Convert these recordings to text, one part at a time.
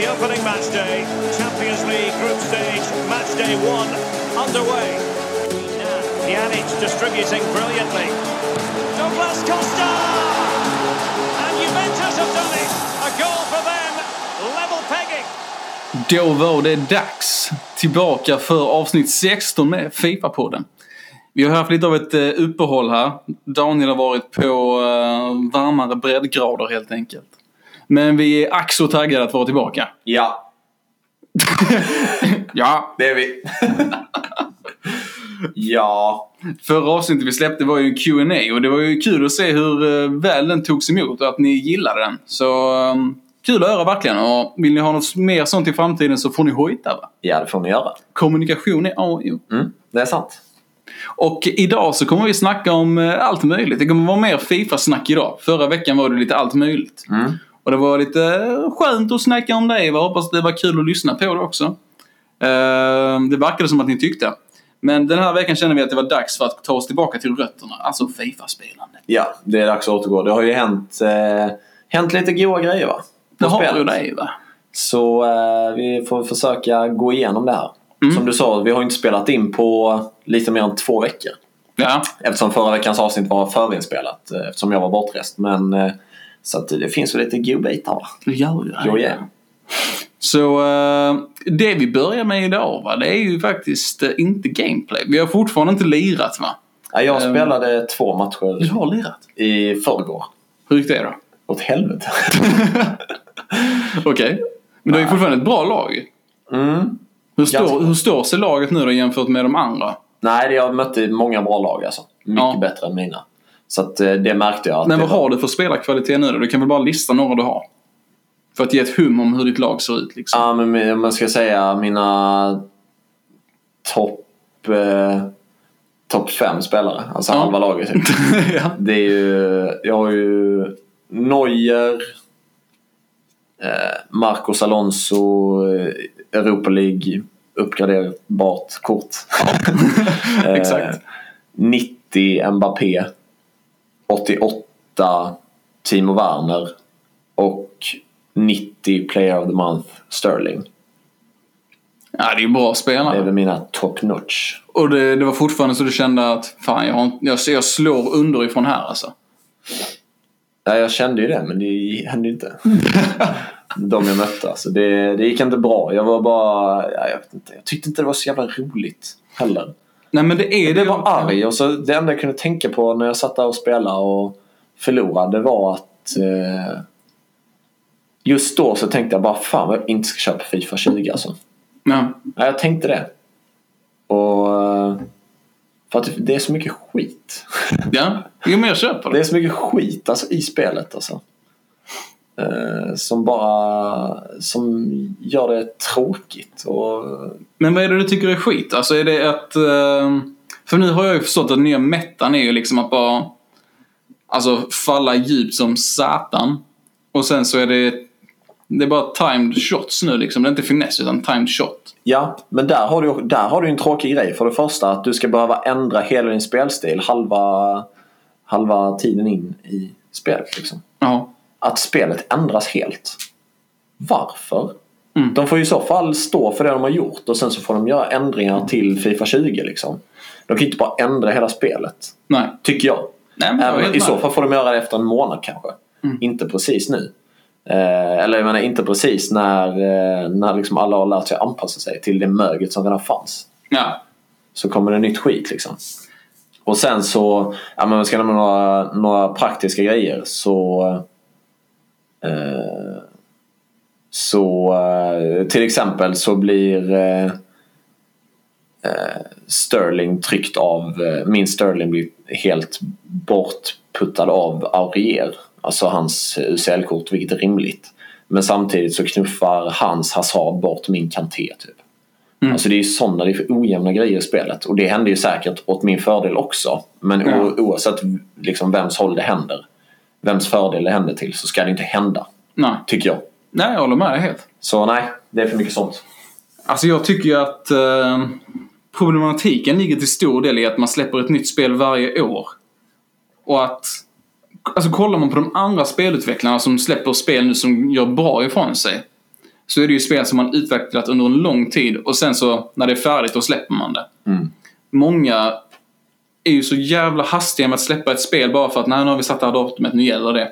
opening match day, Champions League group stage, match day 1 underway. Pjanic distributing brilliantly. Douglas Costa! And Juventus have done it. A goal for them. Level pegging. Då var det dags tillbaka för avsnitt 16 med FIFA-podden. Vi har haft lite av ett uppehåll här. Daniel har varit på varmare breddgrader helt enkelt. Men vi är ack så taggade att vara tillbaka. Ja. Ja. Det är vi. Ja. Förra avsnittet vi släppte var ju en Q&A och det var ju kul att se hur väl den togs emot och att ni gillade den. Så kul att höra verkligen. Och vill ni ha något mer sånt i framtiden så får ni hojta, va? Ja, det får ni göra. Kommunikation är A och O. Det är sant. Och idag så kommer vi snacka om allt möjligt. Det kommer vara mer FIFA-snack idag. Förra veckan var det lite allt möjligt. Och det var lite skönt att snacka om det. Jag hoppas det var kul att lyssna på det också. Det verkade som att ni tyckte. Men den här veckan känner vi att det var dags för att ta oss tillbaka till rötterna. Alltså FIFA-spelande. Ja, det är dags att återgå. Det har ju hänt lite goda grejer, va? Det har ju det, va? Så vi får försöka gå igenom det här. Som du sa, vi har inte spelat in på lite mer än 2 veckor. Ja. Eftersom förra veckans avsnitt var förinspelat. Eftersom jag var bortrest. Men så att det finns ju lite godbitar, va? Ja. Gå igen. Så det vi börjar med idag, va? Det är ju faktiskt inte gameplay. Vi har fortfarande inte lirat, va? Ja, jag spelade 2 matcher. Du har lirat? I förrgår. Hur gick det då? Åt helvete. Okej. Men det är ju fortfarande ett bra lag. Hur står sig laget nu då jämfört med de andra? Nej, jag mötte många bra lag alltså. Mycket bättre än mina. Så att det märkte jag. Att men vad har du för spelarkvalitet nu då? Du kan väl bara lista några du har. För att ge ett hum om hur ditt lag ser ut liksom. Ja, men man ska säga mina topp 5 spelare. Alltså halva laget typ. Ja. Det är ju, jag har ju Neuer, Marcos Alonso, Europa League uppgraderbart kort. Exakt. 90 Mbappé, 88 Timo Werner och 90 Player of the Month Sterling. Ja, det är ju bra spelare. Det är väl mina top notch. Och det var fortfarande så du kände att fan, jag slår underifrån här alltså. Ja, jag kände ju det, men det hände ju inte. De jag mötte, alltså det gick inte bra. Jag var bara, jag vet inte. Jag tyckte inte det var så jävla roligt heller. Nej, men det är det. Jag var arg och så det enda jag kunde tänka på när jag satt där och spelade och förlorade var att just då så tänkte jag bara fan vad jag inte ska köpa FIFA 20 alltså. Ja, jag tänkte det. Och för att det är så mycket skit. Ja, ju mer köper det är så mycket skit alltså i spelet alltså. Som gör det tråkigt och... Men vad är det du tycker är skit? Alltså är det att för nu har jag ju förstått att nya metan är ju liksom att bara alltså falla djupt som satan. Och sen så är det är bara timed shots nu liksom. Det är inte finess utan timed shot. Ja, men där har du en tråkig grej. För det första att du ska behöva ändra hela din spelstil halva tiden in i spelet liksom. Ja. Att spelet ändras helt. Varför? De får ju i så fall stå för det de har gjort och sen så får de göra ändringar till FIFA 20 liksom. De kan inte bara ändra hela spelet. Nej. Tycker jag. Nej, men i så fall får de göra det efter en månad kanske. Inte precis nu. Eller jag menar inte precis när liksom alla har lärt sig anpassa sig till det möget som redan fanns. Ja. Så kommer det nytt skit liksom. Och sen så men man ska nämna några praktiska grejer så till exempel så blir Sterling tryckt av min Sterling blir helt bortputtad av Aurier, alltså hans UCL-kort, vilket är rimligt. Men samtidigt så knuffar hans Hazard bort min Kanté typ. Alltså det är ju sådana, det är för ojämna grejer i spelet. Och det händer ju säkert åt min fördel också. Men oavsett liksom vems håll det händer, vems fördel det händer till, så ska det inte hända. Nej. Tycker jag. Nej, jag håller med dig helt. Så nej, det är för mycket sånt. Alltså jag tycker ju att problematiken ligger till stor del i att man släpper ett nytt spel varje år. Och att alltså kollar man på de andra spelutvecklarna som släpper spel nu som gör bra ifrån sig, så är det ju spel som man utvecklat under en lång tid och sen så när det är färdigt då släpper man det. Många är ju så jävla hastiga med att släppa ett spel bara för att nu har vi satt det här datumet, nu gäller det.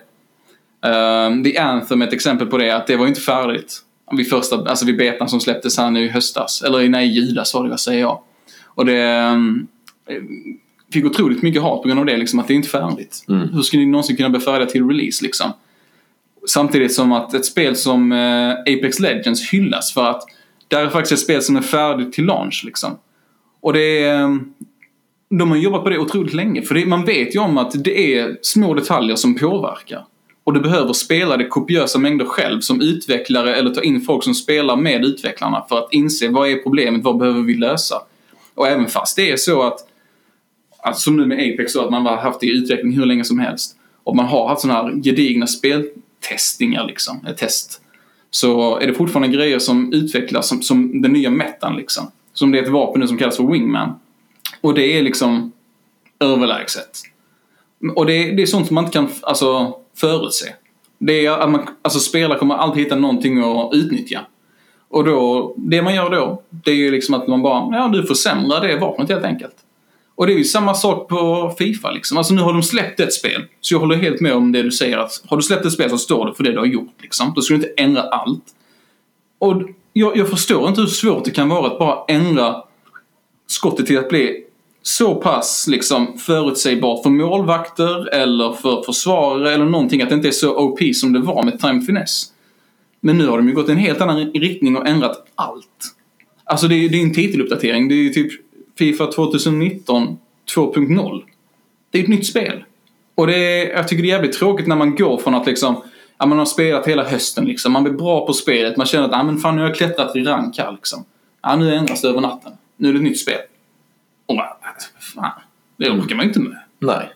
The Anthem är ett exempel på det, att det var inte färdigt vid betan som släpptes här nu i höstas, eller i judas var det, vad säger jag. Och det fick otroligt mycket hat på grund av det, liksom, att det är inte färdigt. Hur ska ni någonsin kunna bli färdiga till release liksom? Samtidigt som att ett spel som Apex Legends hyllas för att det är faktiskt ett spel som är färdigt till launch liksom. Och det är de har jobbat på det otroligt länge, för man vet ju om att det är små detaljer som påverkar. Och du behöver spela det kopiösa mängder själv som utvecklare eller ta in folk som spelar med utvecklarna för att inse vad är problemet, vad behöver vi lösa. Och även fast det är så att som nu med Apex så att man har haft det i utveckling hur länge som helst och man har haft sådana här gedigna speltestingar liksom, test, så är det fortfarande grejer som utvecklas som den nya metan liksom. Som det är ett vapen nu som kallas för Wingman. Och det är liksom överlägset. Och det är sånt som man inte kan förutse. Det är att spelare kommer alltid hitta någonting att utnyttja. Och då, det man gör då, det är ju liksom att man bara, du försämrar det vapnet helt enkelt. Och det är ju samma sak på FIFA liksom. Alltså nu har de släppt ett spel, så jag håller helt med om det du säger, att har du släppt ett spel så står det för det du har gjort liksom. Då ska du inte ändra allt. Och jag förstår inte hur svårt det kan vara att bara ändra skottet till att bli så pass liksom förutsägbart för målvakter eller för försvarare eller någonting, att det inte är så OP som det var med Time Finesse. Men nu har de ju gått i en helt annan riktning och ändrat allt. Alltså det är en titeluppdatering. Det är ju typ FIFA 2019 2.0. Det är ett nytt spel. Och jag tycker det är jävligt tråkigt när man går från att liksom, man har spelat hela hösten liksom. Man blir bra på spelet. Man känner att men fan, nu har jag klättrat i rank här liksom. Nu ändras det över natten. Nu är det ett nytt spel. Och fan, det orkar man inte med. Nej,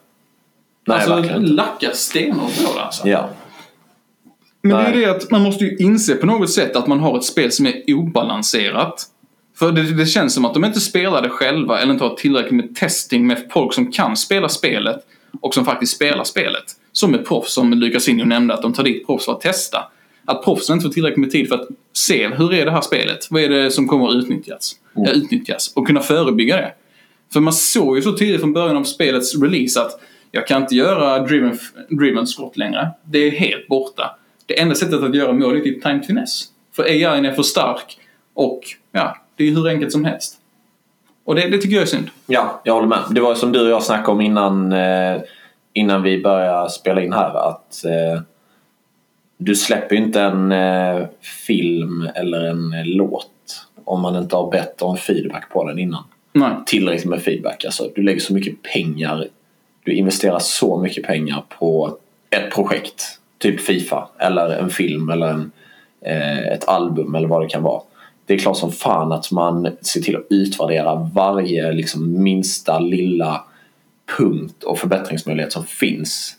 lacka stenar på det alltså. Ja. Men det är det att man måste ju inse på något sätt att man har ett spel som är obalanserat. För det känns som att de inte spelar det själva eller inte har tillräckligt med testing med folk som kan spela spelet och som faktiskt spelar spelet. Som ett proffs, som Lucas Injo nämnde, att de tar dit proffs för att testa. Att proffsen inte får tillräckligt med tid för att se hur är det här spelet. Vad är det som kommer att utnyttjas och kunna förebygga det. För man såg ju så tydligt från början av spelets release att jag kan inte göra driven skott längre. Det är helt borta. Det enda sättet att göra mål är typ Time Finesse. För AI är för stark och det är hur enkelt som helst. Och det tycker jag är synd. Ja, jag håller med. Det var som du och jag snackade om innan vi började spela in här, att du släpper ju inte en film eller en låt om man inte har bett om feedback på den innan. Nej. Tillräckligt med feedback. Alltså, du lägger så mycket pengar, du investerar så mycket pengar på ett projekt, typ FIFA eller en film eller ett album eller vad det kan vara. Det är klart som fan att man ser till att utvärdera varje liksom minsta lilla punkt och förbättringsmöjlighet som finns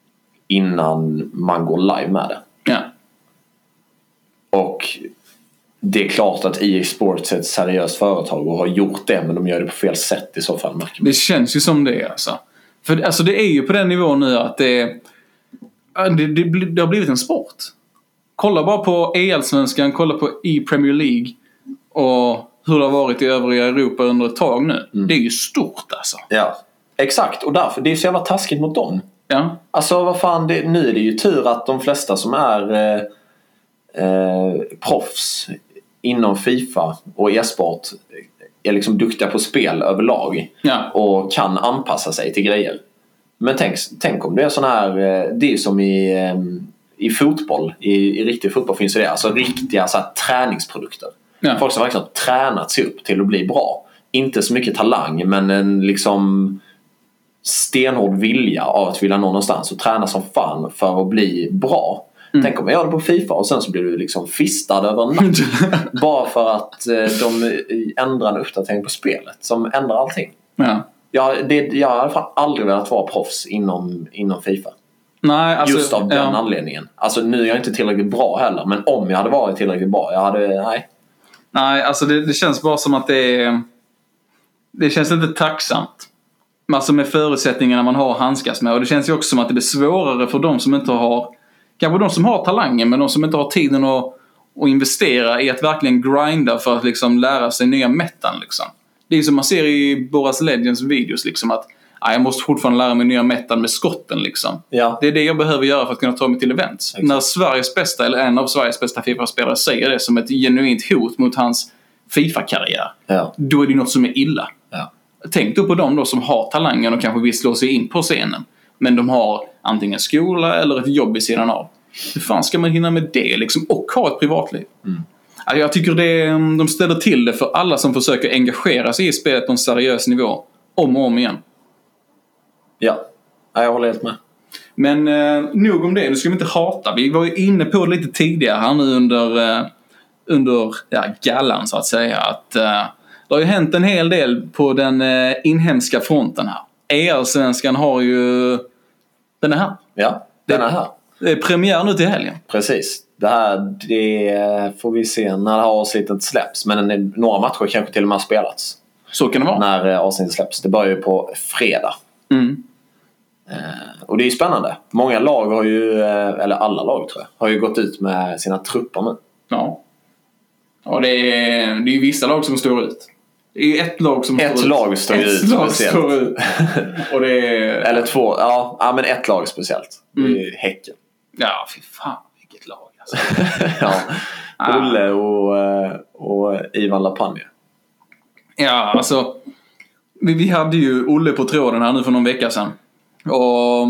innan man går live med det. Ja. Och det är klart att EA Sports är ett seriöst företag och har gjort det, men de gör det på fel sätt i så fall. Det känns ju som det alltså. För alltså det är ju på den nivån nu att det har blivit en sport. Kolla bara på EL-svenskan, kolla på E-Premier League och hur det har varit i övriga Europa under ett tag nu. Det är ju stort alltså. Ja, exakt. Och därför, det är så jävla taskigt mot dem. Ja. Alltså vad fan, nu är det ju tur att de flesta som är proffs inom FIFA och e-sport är liksom duktiga på spel överlag. Ja. Och kan anpassa sig till grejer. Men tänk om det är sån här, det är som i fotboll, i riktig fotboll finns det, alltså riktiga så här träningsprodukter. Ja. Folk som verkligen har tränat sig upp till att bli bra. Inte så mycket talang, men en liksom stenhård vilja av att vilja nå någonstans och träna som fan för att bli bra. Tänk om jag gör det på FIFA och sen så blir du liksom fistad över en natt. Bara för att de ändrar en uppdatering på spelet som ändrar allting. Ja. Jag har i alla fall aldrig velat vara proffs inom FIFA. Nej, alltså, just av den anledningen. Alltså nu är jag inte tillräckligt bra heller, men om jag hade varit tillräckligt bra, Nej, alltså det känns bara som att det känns lite tacksamt. Alltså med förutsättningarna man har att handskas med. Och det känns ju också som att det blir svårare för de som inte har, kanske de som har talangen, men de som inte har tiden att och investera i att verkligen grinda för att liksom lära sig nya metan liksom. Det är som man ser i Boras Legends videos liksom, att jag måste fortfarande lära mig nya metan med skotten liksom. Ja. Det är det jag behöver göra för att kunna ta mig till events. Exakt. När Sveriges bästa, eller en av Sveriges bästa FIFA-spelare säger det som ett genuint hot mot hans FIFA-karriär, då är det något som är illa. Ja. Tänk då på dem då som har talangen och kanske vill slå sig in på scenen, men de har antingen skola eller ett jobb i sidan av. Hur fan ska man hinna med det liksom, och ha ett privatliv? Jag tycker de ställer till det för alla som försöker engagera sig i spelet på en seriös nivå om och om igen. Ja, jag håller helt med. Men nog om det, nu ska vi inte hata. Vi var ju inne på det lite tidigare här nu under gallan så att säga, att det har ju hänt en hel del på den inhemska fronten här. EL-svenskan har ju den är här. Ja, den är här. Det är premiär nu till helgen. Precis. Det får vi se när det här avsnittet släpps. Men några matcher kanske till och med har spelats. Så kan det vara. När avsnittet släpps. Det börjar ju på fredag. Och det är ju spännande. Många lag har ju, eller alla lag tror jag, har ju gått ut med sina trupper nu. Ja. Och det är ju vissa lag som står ut. Det är ju ett lag som står ut. Ett lag står ut. Och det är... Eller två. Ja, men ett lag speciellt. Det är Häcken. Ja, fy fan. Vilket lag alltså. Ja. Olle och Ivan Lapanje. Ja, alltså... Vi hade ju Olle på tråden här nu för någon vecka sedan. Och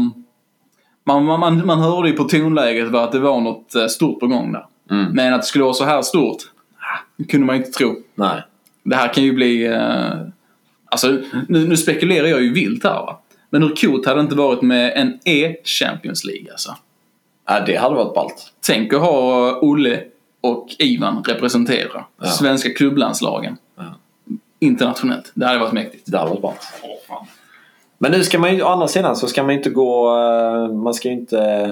man hörde ju på tonläget att det var något stort på gång där. Men att det skulle vara så här stort, det kunde man inte tro. Nej. Det här kan ju bli... alltså, nu spekulerar jag ju vilt här, va? Men hur coolt hade det inte varit med en E-Champions League alltså? Ja, det hade varit ballt. Tänk att ha Olle och Ivan representera svenska klubblandslagen internationellt. Det hade varit mäktigt. Det hade varit ballt. Men nu ska man ju, å andra sidan så ska man inte gå... Man ska ju inte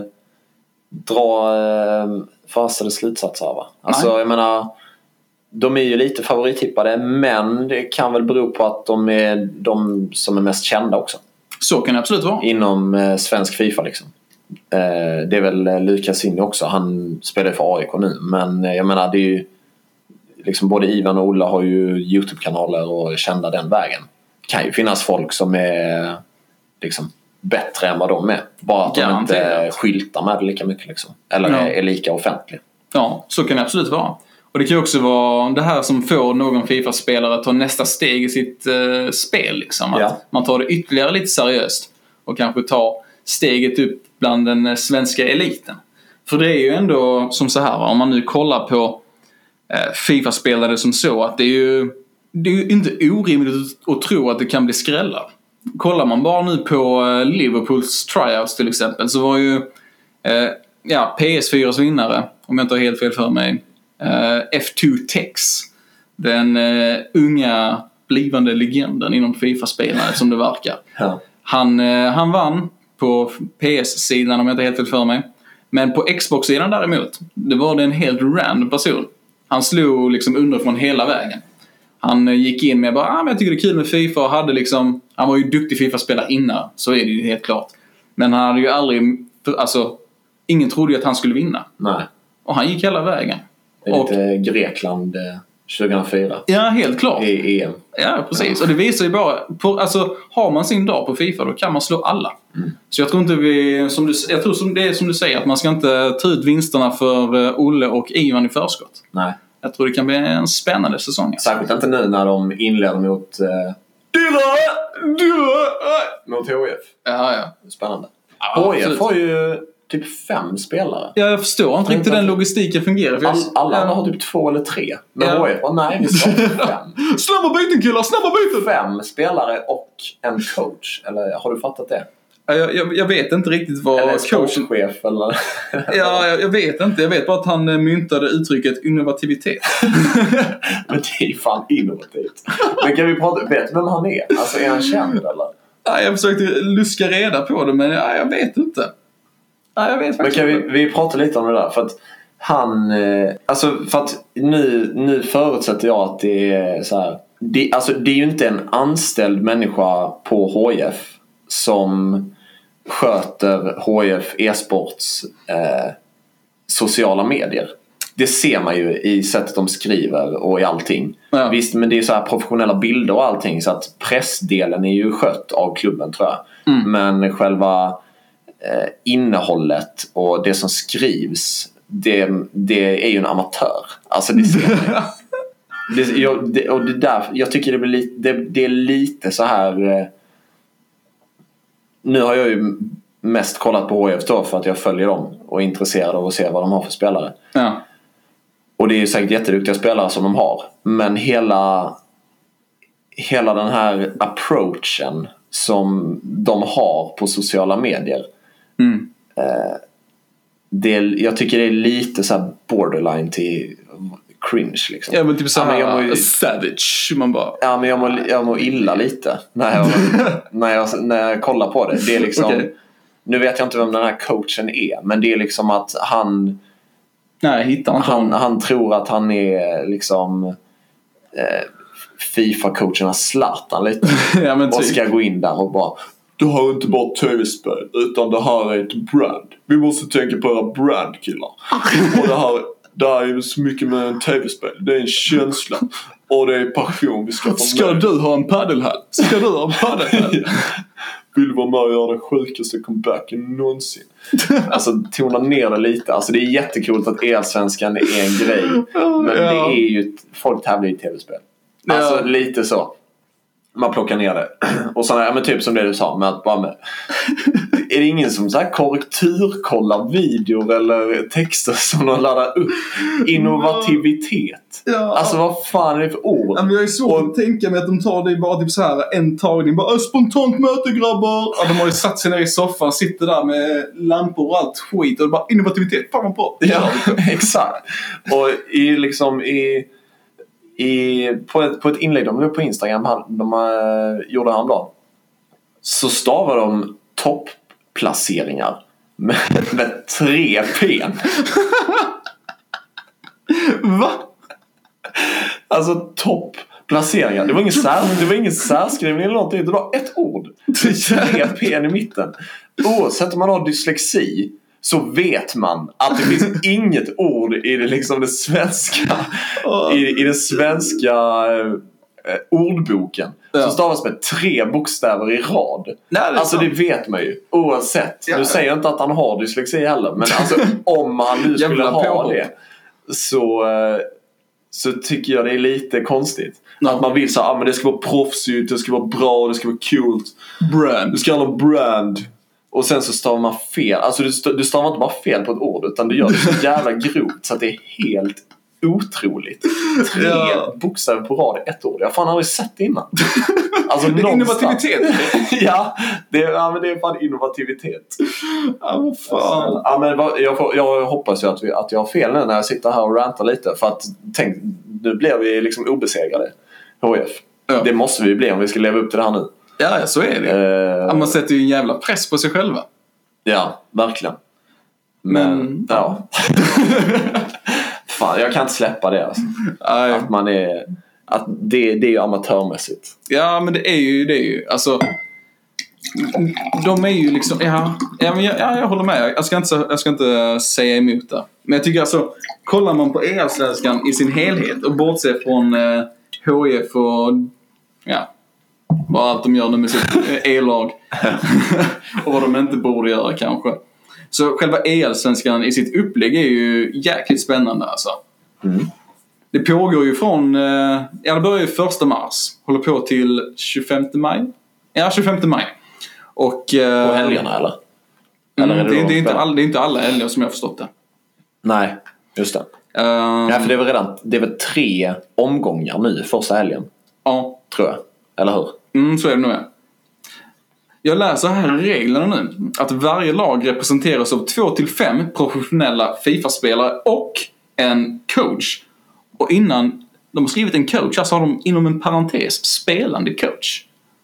dra förhastade slutsatser, va? Alltså, jag menar... De är ju lite favorittippade, men det kan väl bero på att de är de som är mest kända också. Så kan det absolut vara. Inom svensk FIFA liksom. Det är väl Lukas Inne också. Han spelar för AIK nu. Men jag menar, det är ju liksom, både Ivan och Ola har ju YouTube-kanaler och är kända den vägen. Det kan ju finnas folk som är liksom bättre än vad de är. Bara att de inte skyltar med det lika mycket liksom. Eller är lika offentliga. Ja, så kan det absolut vara. Och det kan ju också vara det här som får någon FIFA-spelare att ta nästa steg i sitt spel liksom. Att man tar det ytterligare lite seriöst och kanske tar steget upp bland den svenska eliten. För det är ju ändå som så här, om man nu kollar på FIFA-spelare som så, att det är ju inte orimligt att tro att det kan bli skrällar. Kollar man bara nu på Liverpools tryouts till exempel, så var ju PS4s vinnare, om jag inte har helt fel för mig, F2 Tex, den unga blivande legenden inom FIFA-spelare som det verkar. Ja. Han vann på PS-sidan, om jag inte helt fel för mig. Men på Xbox-sidan däremot, det var det en helt random person. Han slog liksom underifrån hela vägen. Han gick in med bara, men jag tycker det är kul med FIFA, och hade liksom, han var ju duktig FIFA-spelare innan, så är det ju helt klart. Men han hade ju aldrig, alltså ingen trodde ju att han skulle vinna. Nej. Och han gick hela vägen. Det är lite Grekland 2004. Ja, helt klart. I EM. Ja, precis. Och det visar ju bara, alltså har man sin dag på FIFA, då kan man slå alla. Så jag tror inte jag tror som det är som du säger, att man ska inte ta ut vinsterna för Olle och Ivan i förskott. Nej. Jag tror det kan bli en spännande säsong. Särskilt inte nu när de inleder mot mot HF. Ja. Spännande. Ja, HF har ju typ 5 spelare. Ja, jag förstår inte riktigt den logistiken fungerar. Alla andra har typ 2 eller 3. Men HF var nej, vi ska ha 5. Snabba byten killar, snabba byten! 5 spelare och en coach. Eller har du fattat det? Jag vet inte riktigt vad eller coachchef eller... Ja, jag vet inte. Jag vet bara att han myntade uttrycket innovativitet. Men det är fan innovativt. Men kan vi prata... Vet du vem han är? Alltså, är han känd eller? Ja, jag försökte luska reda på det, men jag vet inte. Ja, jag vet. Men kan vi prata lite om det där? För att han... Alltså, för att nu förutsätter jag att det är så här... Det är ju inte en anställd människa på HF som sköter HF e-sports sociala medier. det ser man ju i sättet de skriver och i allting. Ja. Visst, men det är så här professionella bilder och allting, så att pressdelen är ju skött av klubben, tror jag. Men själva innehållet och det som skrivs, det är ju en amatör. Alltså det ser man. Och det där, jag tycker det blir lite, det är lite så här. Nu har jag ju mest kollat på HIF då för att jag följer dem och är intresserad av att se vad de har för spelare. Ja. Och det är ju säkert jätteduktiga spelare som de har. Men hela den här approachen som de har på sociala medier. Jag tycker det är lite så här borderline till cringe liksom. Ja, men typ så här savage. Man bara... Ja, men jag mår illa lite när jag kollar på det. Det är liksom... Okay. Nu vet jag inte vem den här coachen är, men det är liksom att han... Nej, hittar inte han tror att han är liksom FIFA-coacherna Zlatan lite. Ja, men och ska gå in där och bara, du har inte bara tv-spel, utan det här är ett brand. Vi måste tänka på era brandkillar. Och det här är så mycket med en tv-spel. Det är en känsla. Och det är passion vi ska få med. Ska du ha en paddelhall? Vill vara med och göra den sjukaste comebacken någonsin. Alltså tona ner det lite. Alltså det är jättekul att Allsvenskan är en grej. Men det är ju, folk tävlar i tv-spel. Alltså lite så. Man plockar ner det. Och så men typ som det du sa med att bara med. Är det ingen som så här korrekturkollar videor eller texter som de laddar upp? Innovativitet. Alltså vad fan är det för ord? Men jag är svårt att tänka mig att de tar det bara typ så här en tagning. Bara spontant möte, grabbar. Ja, de har ju satt sig ner i soffan, sitter där med lampor och allt skit. Och bara innovativitet, fan på. Ja, exakt. Och på ett inlägg de på Instagram de gjorde häromdagen, så stavar de toppplaceringar med 3 P. Va? Alltså toppplaceringar. Det var ingen särskrivning eller någonting. Det var ett ord. 3 P i mitten. Oavsett om man har dyslexi, så vet man att det finns inget ord i det, liksom det svenska i den svenska ordboken som stavas med 3 bokstäver i rad. Nej, alltså det vet man ju oavsett. Nu säger jag inte att han har dyslexi heller, men alltså om han nu skulle ha det, så tycker jag det är lite konstigt. Att man vill så men det ska vara proffsigt, det ska vara bra, det ska vara coolt. Brand. Det ska ha någon brand. Och sen så stavar man fel. Alltså du stavar inte bara fel på ett ord, utan du gör det så jävla grovt så att det är helt otroligt. 3 bokstäver på rad i ett ord. Jag har fan aldrig sett det innan. Alltså det är innovativitet. Ja, det är fan innovativitet. Ja, vad fan. Ja, men jag hoppas ju att jag har fel nu när jag sitter här och rantar lite. För att tänk, nu blir vi liksom obesegrade HIF. Ja. Det måste vi bli om vi ska leva upp till det här nu. Ja, så är det. Man sätter ju en jävla press på sig själva. Ja, verkligen. Men ja. Fan, jag kan inte släppa det alltså. Att man är... Att det är ju amatörmässigt. Ja, men det är ju. Alltså... De är ju liksom... jag håller med. Jag ska inte säga emot det. Men jag tycker alltså... Kollar man på Allsvenskan i sin helhet och bortser från HIF och... Ja... Vad allt de gör nu med sitt E-lag. Och vad de inte borde göra kanske. Så själva Allsvenskan i sitt upplägg är ju jäkligt spännande alltså. Det pågår ju från... det börjar ju 1 mars. Håller på till 25 maj. Ja, 25 maj. Och... på helgerna eller? Det är inte alla helger som jag har förstått det. Nej, just det. Ja, för det är väl 3 omgångar nu första helgen. Ja. Tror jag. Eller hur? Så är det nog. Jag läser här i reglerna nu att varje lag representeras av 2 till 5 professionella FIFA-spelare och en coach. Och innan de har skrivit en coach så har de inom en parentes spelande coach.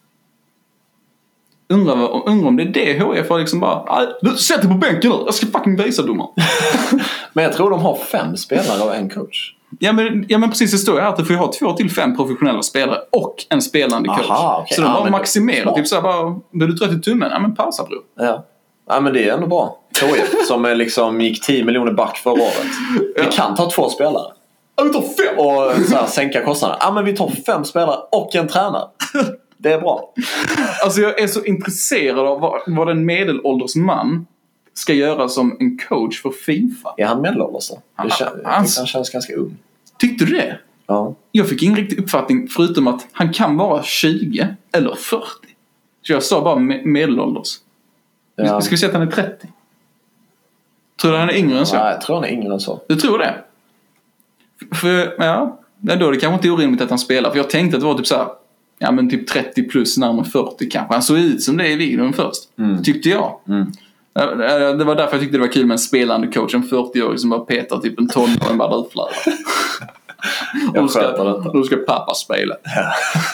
Undrar om det är det HIF har liksom bara sätt dig på bänken nu, jag ska fucking visa domar. Men jag tror de har 5 spelare och en coach. Ja men precis, det står här att du får ha 2 till 5 professionella spelare och en spelande coach. Aha, okay. Så de har maximerat typ såhär bara, vill du dra till tummen? Ja men pausa bro. Ja men det är ändå bra. HIF som är liksom gick 10 miljoner back förra året. Vi kan ta 2 spelare. Vi tar 5 och så här, sänka kostnaderna. Ja, men vi tar 5 spelare och en tränare. Det är bra. Alltså jag är så intresserad av vad en medelålders man ska göra som en coach för FIFA. Är han medelålders då? Han känns ganska ung. Tyckte du det? Ja. Jag fick ingen riktig uppfattning förutom att han kan vara 20 eller 40. Så jag sa bara medelålders. Ja. Ska vi säga att han är 30? Tror du han är yngre än så? Nej, jag tror han är yngre än så. Du tror det? För, ja, då är det kanske inte orimligt att han spelar. För jag tänkte att det var typ så här, ja men typ 30 plus närmare 40 kanske. Han såg ut som det i videon först. Tyckte jag. Det var därför jag tyckte det var kul med en spelande coach. En 40-årig som bara petar typ en tonåring bara utflödar. Då ska pappa spela. Ja.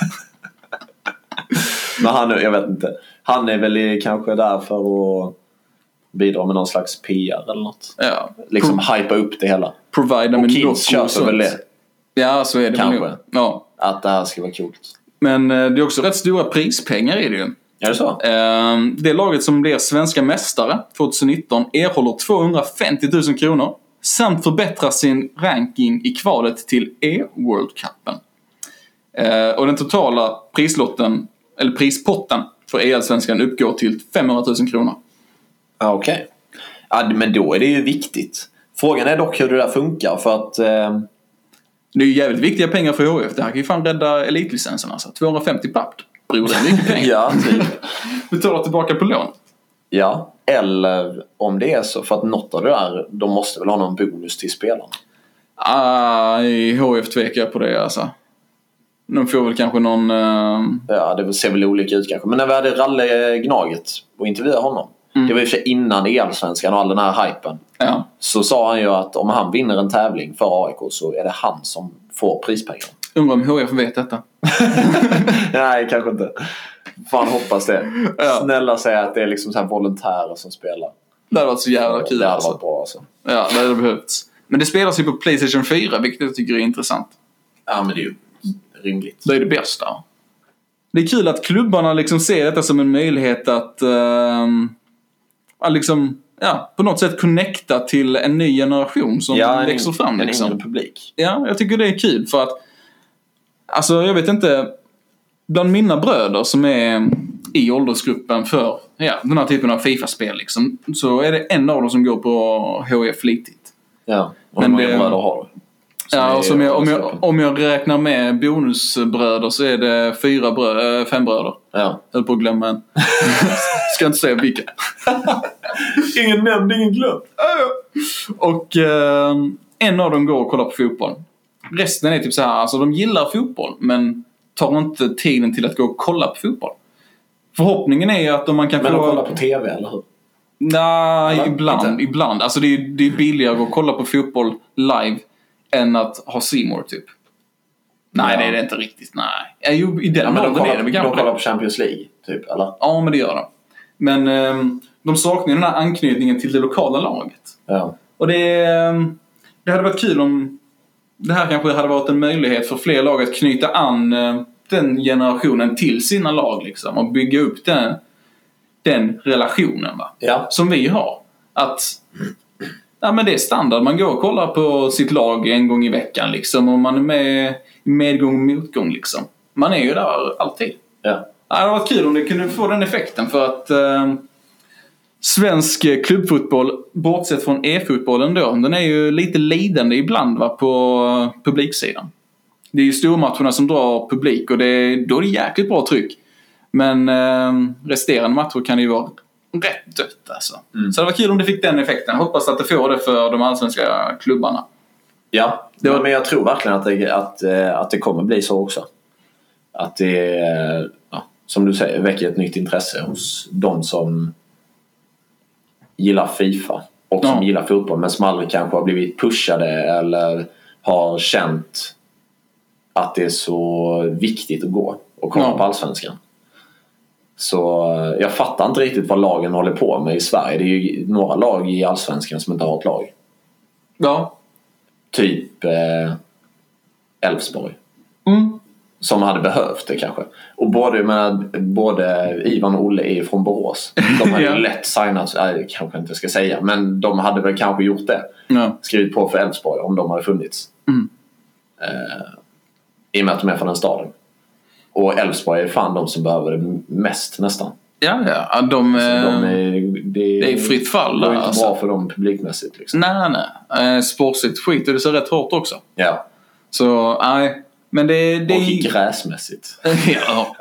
Men han, jag vet inte. Han är väl kanske där för att bidra med någon slags PR eller något. Ja. Liksom hypa upp det hela. Provida och Kids köper väl det. Ja, så är det. Kanske. Ja. Att det här ska vara coolt. Men det är också rätt stora prispengar i det ju. Är det så? Det laget som blir svenska mästare 2019 erhåller 250 000 kronor samt förbättrar sin ranking i kvalet till E-World Cupen. Och den totala prislotten, eller prispotten för E-allsvenskan uppgår till 500 000 kronor. Okej. Ja, men då är det ju viktigt. Frågan är dock hur det där funkar för att... Det är ju jävligt viktiga pengar för HF. Det här kan ju fan rädda elitlicensen alltså. 250 papp. Bror, det är mycket pengar. Ja, typ. Betala tillbaka på lån. Ja, eller om det är så. För att något av det där, de måste väl ha någon bonus till spelarna. I HF tvekar jag på det alltså. De får väl kanske någon... Ja, det ser väl olika ut kanske. Men när vi hade Ralle Gnaget och intervjuade honom. Det var ju för innan E-allsvenskan och all den här hypen. Ja. Så sa han ju att om han vinner en tävling för AIK så är det han som får prispengar. Undrar om HF vet detta. Nej, kanske inte. Fan, hoppas det. Ja. Snälla säga att det är liksom så här volontärer som spelar. Det hade varit så jävla kul. Det hade varit bra alltså. Ja, det hade behövts. Men det spelas ju på PlayStation 4, vilket jag tycker är intressant. Ja, men det är ju rimligt. Det är det bästa. Det är kul att klubbarna liksom ser detta som en möjlighet att liksom, ja, på något sätt connecta till en ny generation som växer fram. En liksom. yngre publik. Ja, jag tycker det är kul för att alltså, jag vet inte, bland mina bröder som är i åldersgruppen för den här typen av FIFA-spel liksom, så är det en av dem som går på HF flitigt. Ja, och hur många bröder har du? Ja, och om jag räknar med bonusbröder så är det 5 bröder. Ja. Jag höll på att glömma en. Ska inte säga vilka. Ingen nämnd, ingen glömd. Och en av dem går och kollar på fotboll. Resten är typ så här, alltså de gillar fotboll men tar inte tiden till att gå och kolla på fotboll. Förhoppningen är ju att om man kan men få... Men kolla på TV, eller hur? Nej, ibland. Alltså det är billigare att kolla på fotboll live än att ha C More typ. Nej, det är det inte riktigt. Nej. Jo, i den men de kollar på Champions League typ, eller? Ja, men det gör de. Men de saknar den här anknytningen till det lokala laget. Ja. Och det hade varit kul om det här kanske hade varit en möjlighet för fler lag att knyta an den generationen till sina lag liksom och bygga upp den relationen, va? Ja. Som vi har. Att men det är standard. Man går och kollar på sitt lag en gång i veckan liksom, och man är med i medgång och motgång liksom. Man är ju där alltid. Ja. Det hade varit kul om det kunde få den effekten för att svensk klubbfotboll, bortsett från e-fotbollen då, den är ju lite lidande ibland, va, på publiksidan. Det är ju stormatcherna som drar publik och då är det jäkligt bra tryck. Men resterande matcher kan det ju vara rätt dött alltså. Så det var kul om det fick den effekten. Jag hoppas att det får det för de allsvenska klubbarna. Ja, men jag tror verkligen att det kommer bli så också. Att det, som du säger, väcker ett nytt intresse hos de som gillar FIFA och som gillar fotboll, men som aldrig kanske har blivit pushade eller har känt att det är så viktigt att gå och komma på allsvenskan. Så jag fattar inte riktigt vad lagen håller på med i Sverige. Det är ju några lag i allsvenskan som inte har ett lag. Ja. Typ Elfsborg. som hade behövt det kanske. Och både Ivan och Olle är från Borås. De hade ju lätt signat, kanske inte ska säga, men de hade väl kanske gjort det. Ja. Skrivit på för Elfsborg om de hade funnits. I och med att de är från den staden. Och Elfsborg är fan de som behöver det mest nästan. Ja, det är fritt fall. Det är inte bra för dem publikmässigt. Liksom. Nej. Sportsligt skit och det ser rätt hårt också. Ja. Så, nej. Men det och gräsmässigt. Ja.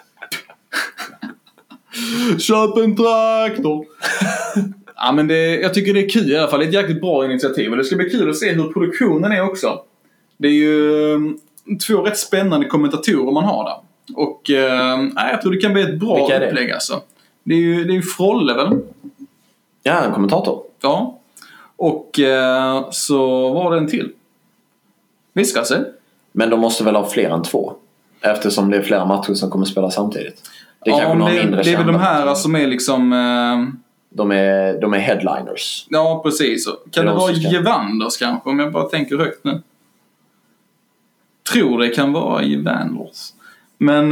Köp en traktor. Ja, men jag tycker det är kul i alla fall. Det är ett jäkligt bra initiativ. Och det ska bli kul att se hur produktionen är också. Det är ju 2 rätt spännande kommentatorer man har där. Och jag tror det kan bli ett bra upplägg alltså. Det är ju Frolle väl? Ja, en kommentator. Ja. Och så var det en till. Viskar sig. Men de måste väl ha fler än 2? Eftersom det är flera matcher som kommer spela samtidigt. Det är kanske någon mindre. Det är väl de här som är liksom... De är headliners. Ja, precis. Kan det vara Gevanders kanske? Om jag bara tänker högt nu. Tror det kan vara Gevanders. Men...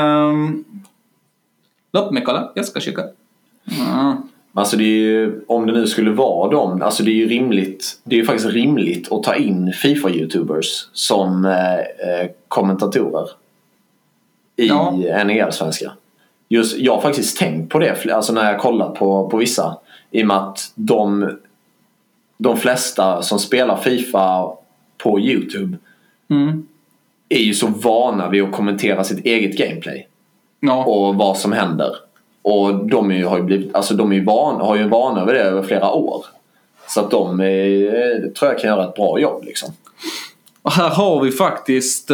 Låt mig kolla. Jag ska kika. Alltså det är ju, om det nu skulle vara dem, alltså det är ju rimligt. Det är ju faktiskt rimligt att ta in FIFA-youtubers som kommentatorer i NHL-svenska. Just, jag har faktiskt tänkt på det, alltså när jag kollat på vissa, i och med att de flesta som spelar FIFA på YouTube är ju så vana vid att kommentera sitt eget gameplay och vad som händer. Och de har ju vana över det över flera år. Så att de tror jag kan göra ett bra jobb liksom. Och här har vi faktiskt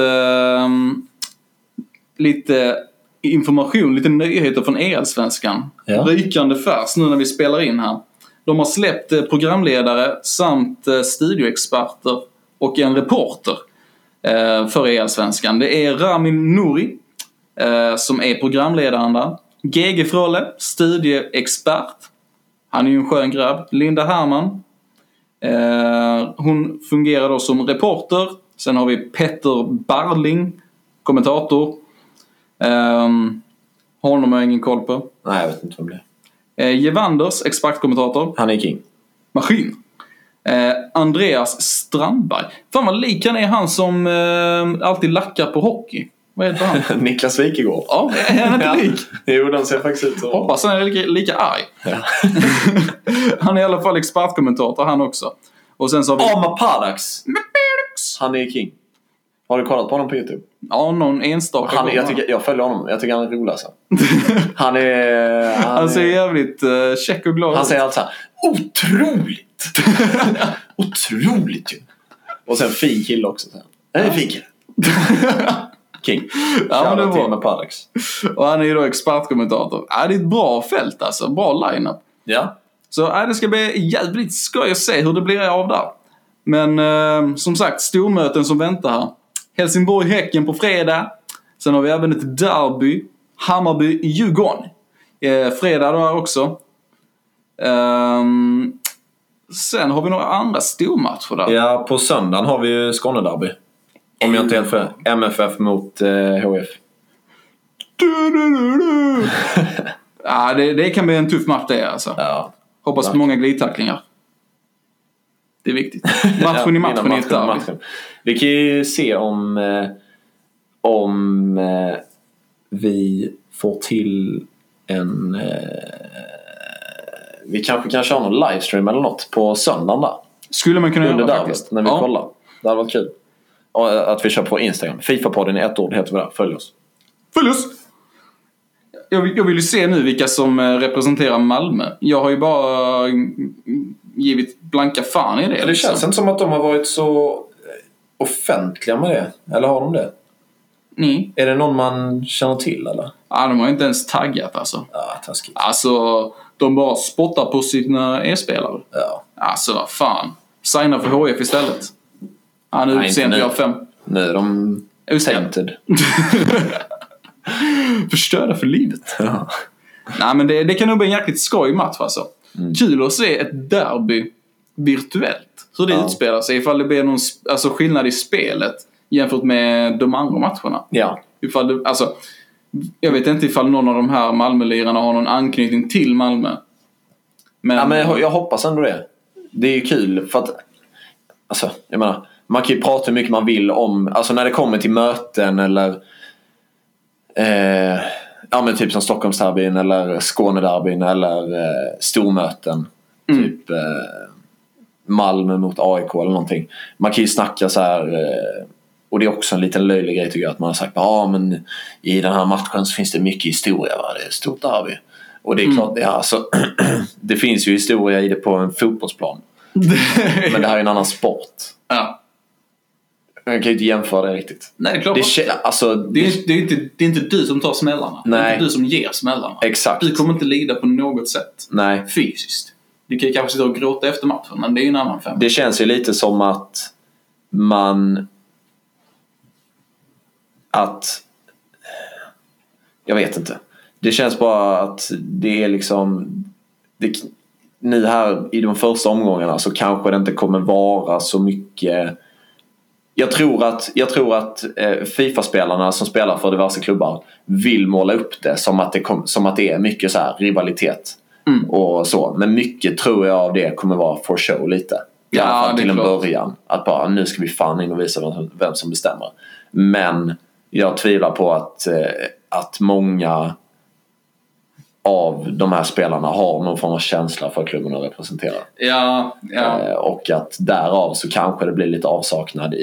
lite information, lite nyheter från EL-svenskan. Ja. Rykande färs nu när vi spelar in här. De har släppt programledare samt studioexperter och en reporter för EL-svenskan. Det är Ramin Nouri som är programledaren där. GG Frolle, studieexpert. Han är ju en skön grabb. Linda Herman. Hon fungerar då som reporter. Sen har vi Petter Barling, kommentator. Honom har jag ingen koll på. Nej, jag vet inte vem det är. Gevanders, expertkommentator. Han är king. Maskin. Andreas Strandberg. Fan vad lik han är, han som alltid lackar på hockey. Vad heter han? Niklas Wikegård. Ja, är han inte lik? Jo, den ser faktiskt ut så. Hoppas han är lika arg. Ja. Han är i alla fall expertkommentator, han också. Och sen så har vi... Mapadax. Han är king. Har du kollat på honom på YouTube? Ja, någon enstaka. Jag följer honom. Jag tycker han är rolig alltså. Han ser jävligt check och glad. Han säger allt så här: otroligt. Otroligt ju. Och sen fin kille också. Det är fin kille. King. Ja, men det var med Paradox. Och han är ju då expertkommentator. Det är ett bra fält alltså. Bra line-up. Ja. Så det ska bli jävligt skoj att se hur det blir av där. Men som sagt, stormöten som väntar här. Helsingborg-Häcken på fredag. Sen har vi även ett derby. Hammarby-Djurgården. Fredag då också. Sen har vi några andra stormatcher där. Ja, på söndagen har vi ju Skånederby. Om jag inte helt för MFF mot HF. Ja, det kan bli en tuff match det alltså. Ja. Hoppas på många glidtacklingar. Det är viktigt. Matchen i matchen är ett derby. Vi kan ju se om vi får till en... vi kanske kan köra någon livestream eller något på söndagen där. Skulle man kunna göra faktiskt. När vi kollar. Det hade varit kul. Och att vi kör på Instagram. FIFA-podden i ett ord heter vi där. Följ oss. Följ oss! Jag vill ju se nu vilka som representerar Malmö. Jag har ju bara givit blanka fan i det. Det känns inte som att de har varit så offentliga med det. Eller har de det? Nej. Är det någon man känner till eller? Ja, de har inte ens taggat alltså. Ja, taskigt. Alltså, de bara spottar på sina e-spelare. Ja. Alltså, vad fan. Signa för HF istället. Ja, nu ser inte jag 5. Nu är de tainted. Förstörda för livet. Ja. Nej, men det kan nog bli en jäkligt skoj match alltså. Kul att se ett derby virtuellt. Hur det utspelar sig. Ifall det blir någon skillnad i spelet jämfört med de andra matcherna. Ja. Alltså, jag vet inte ifall någon av de här Malmölirarna har någon anknytning till Malmö. Men jag hoppas ändå det. Det är ju kul för att alltså, jag menar, man kan ju prata hur mycket man vill om, alltså när det kommer till möten eller men typ som Stockholmsderbyn eller Skånederbyn eller stormöten typ Malmö mot AIK eller någonting. Man kan ju snacka så här och det är också en liten löjlig grej tycker jag, att man har sagt men i den här matchen så finns det mycket historia, va? Det är ett stort derby. Och det är klart, det finns ju historia i det på en fotbollsplan. Men det här är en annan sport. Ja. Jag kan ju inte jämföra det riktigt. Nej, det är klart. Det är inte du som tar smällarna. Nej. Det är inte du som ger smällarna. Exakt. Du kommer inte lida på något sätt. Nej. Fysiskt. Du kan ju kanske sitta och gråta efter matchen, men det är ju en annan femma. Det känns ju lite som att jag vet inte. Det känns bara att det är liksom nu här i de första omgångarna så kanske det inte kommer vara så mycket. Jag tror att FIFA-spelarna som spelar för diverse klubbar vill måla upp det som att det är mycket så här rivalitet och så. Men mycket tror jag av det kommer vara for show lite. I alla fall till en början. Att bara nu ska vi fan in och visa vem som bestämmer. Men jag tvivlar på att många av de här spelarna har någon form av känsla för klubben att representera. Ja. Och att därav så kanske det blir lite avsaknad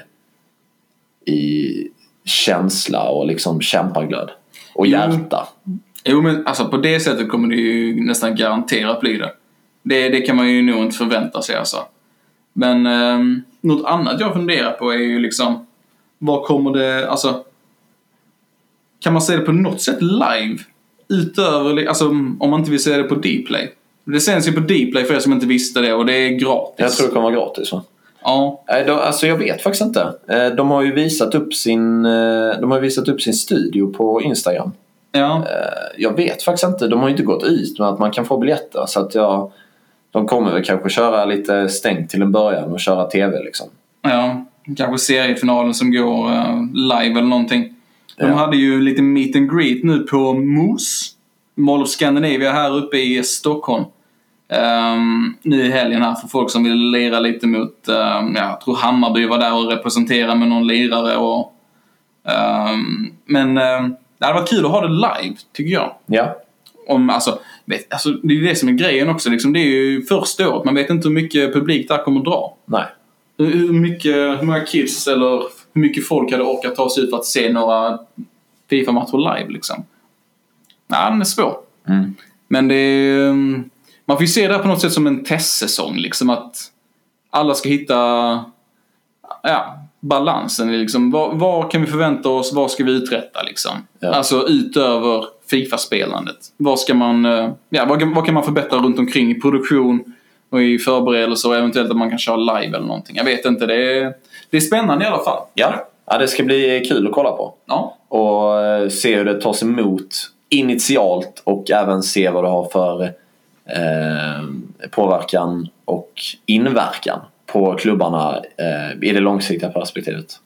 i känsla och liksom kämpaglöd och hjärta. Jo, men alltså på det sättet kommer det ju nästan garanterat bli det. Det kan man ju nog inte förvänta sig alltså. Men något annat jag funderar på är ju liksom, vad kommer det, alltså kan man se det på något sätt live utöver, alltså om man inte vill se det på Dplay? Det sänds ju på Dplay för er som inte visste det, och det är gratis. Jag tror det kommer vara gratis, va? Ja. Alltså jag vet faktiskt inte. De har ju visat upp sin studio på Instagram. Ja. Jag vet faktiskt inte. De har ju inte gått ut med att man kan få biljetter, så att de kommer väl kanske köra lite stängt till en början och köra tv liksom. Ja, kanske seriefinalen som går live eller någonting. De hade ju lite meet and greet nu på MOS, Mall of Scandinavia, här uppe i Stockholm. Nu i helgen här för folk som vill lira lite mot, jag tror Hammarby var där och representera med någon lirare. Men det hade varit kul att ha det live, tycker jag. Ja. Alltså, det är det som är grejen också. Liksom, det är ju första året. Man vet inte hur mycket publik där kommer att dra. Nej. Hur många kids eller hur mycket folk hade orkat ta sig ut för att se några FIFA-matcher live liksom. Nej, den är svår. Men det är, man får ju se det här på något sätt som en testsäsong liksom, att alla ska hitta balansen liksom. Vad kan vi förvänta oss, vad ska vi uträtta liksom? Alltså utöver FIFA-spelandet. Vad ska man vad kan man förbättra runt omkring i produktion och i förberedelser, och eventuellt att man kan köra live eller någonting. Jag vet inte, det är spännande i alla fall. Ja, det ska bli kul att kolla på. Ja. Och se hur det tas emot initialt, och även se vad det har för påverkan och inverkan på klubbarna i det långsiktiga perspektivet.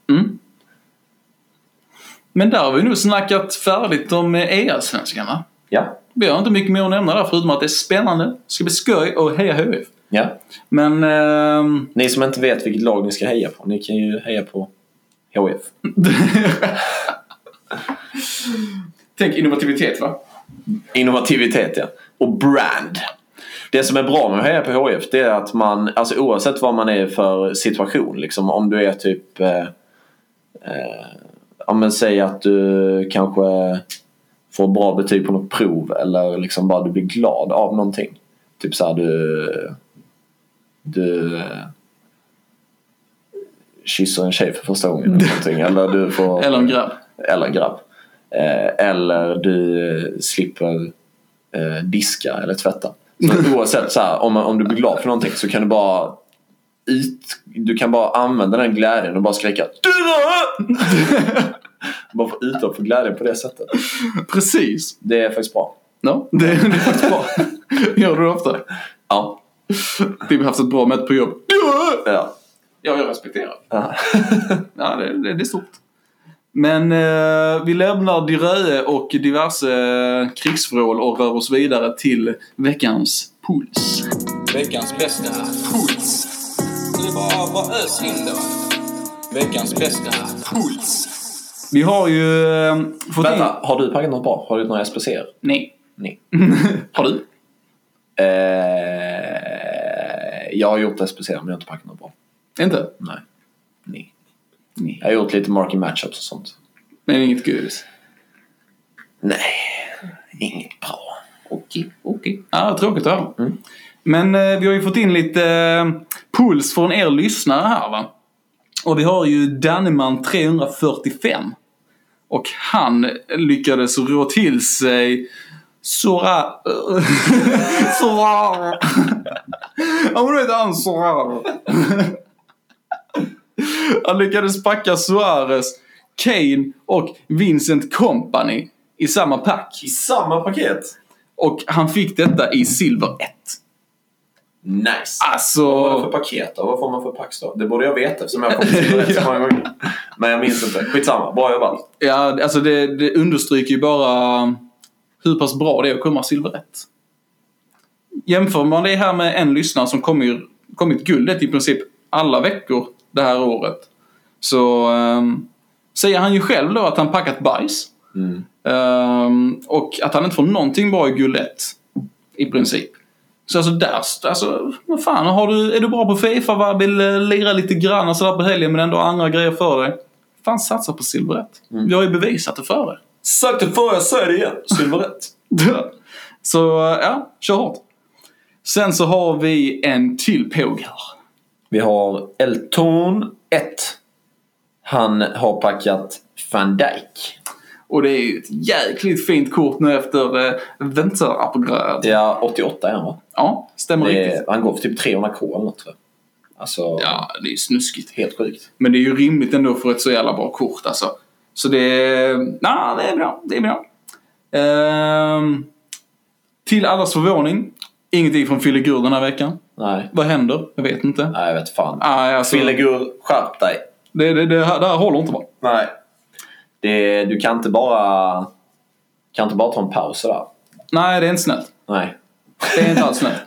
Men där har vi nu snackat färdigt om EA-svenskarna. Ja. Vi har inte mycket mer att nämna där, förutom att det är spännande. Det ska bli skoj och heja HF. Ja. Men ni som inte vet vilket lag ni ska heja på, ni kan ju heja på HF. Tänk innovativitet, va? Innovativitet, ja. Och brand. Det som är bra med att heja på HF, det är att man, alltså oavsett vad man är för situation liksom, om du är typ men säg att du kanske får bra betyg på något prov, eller liksom bara du blir glad av någonting, typ så här du kysser en tjej för första gången eller någonting, eller du får eller en grabb eller du slipper diska eller tvätta. Så oavsett så här, om du blir glad för någonting, så kan du kan bara använda den glädjen och bara skrika bara få utlopp för glädjen på det sättet. Precis. Det är faktiskt bra. No, det är faktiskt bra. Gör du det ofta? Ja. Vi har haft ett bra möte på jobb. Ja. Jag respekterar. Ja. Ja, det är stort. Men vi lämnar Diröe och diverse krigsvrål och rör oss vidare till veckans puls. Veckans bästa puls. Det är bara ös in då. Veckans bästa puls. Vi har ju fått Vänta, har du packat något bra? Har du några SPC:er? Nej. Har du? Jag har gjort SPC:er men jag har inte packat något bra. Inte? Nej. Jag har gjort lite marking matchups och sånt. Men inget gudis. Nej, inget bra. Okej. Ja, tråkigt att höra. Men vi har ju fått in lite puls från er lyssnare här, va? Och vi har ju Danneman 345. Och han lyckades rå till sig Sora. Ja, men du vet han Sora. Han lyckades packa Suarez, Kane och Vincent Kompany i samma pack. I samma paket? Och han fick detta i silver 1. Nice. Alltså... Vad var det för paket då? Vad får man för packs då? Det borde jag veta eftersom jag har kommit silver 1 så många gånger. Men jag minns inte. Skitsamma. Bra jobbat. Ja, alltså det understryker ju bara hur pass bra det är att komma silver 1. Jämför man det här med en lyssnare som kommit guldet i princip alla veckor det här året. Så säger han ju själv då att han packat bajs. Och att han inte får någonting bra i guld 1 i princip. Så vad fan, är du bra på FIFA, va? Vill lira lite grann och sådär på helgen men ändå andra grejer för dig. Fan, satsa på silver 1. Vi har ju bevisat det för er. Sagt det för jag säger det igen. Silver 1. Så ja, kör hårt. Sen så har vi en till påg här. Vi har Elton 1. Han har packat Van Dijk. Och det är ju ett jäkligt fint kort nu efter vinterupgrad. Ja, 88 är han, va? Ja, stämmer riktigt. Han går för typ 300k eller något, tror jag. Alltså, ja, det är ju snuskigt. Helt sjukt. Men det är ju rimligt ändå för ett så jävla bra kort, alltså. Så det är bra. Det är bra. Till allas förvåning, ingenting från Filigur den här veckan. Nej. Vad händer? Jag vet inte. Nej, jag vet fan. Alltså, Filigur, skärp dig. Det här håller inte bara. Nej. Du kan inte bara ta en paus där. Nej, det är inte snällt. Nej. Det är inte alls snällt.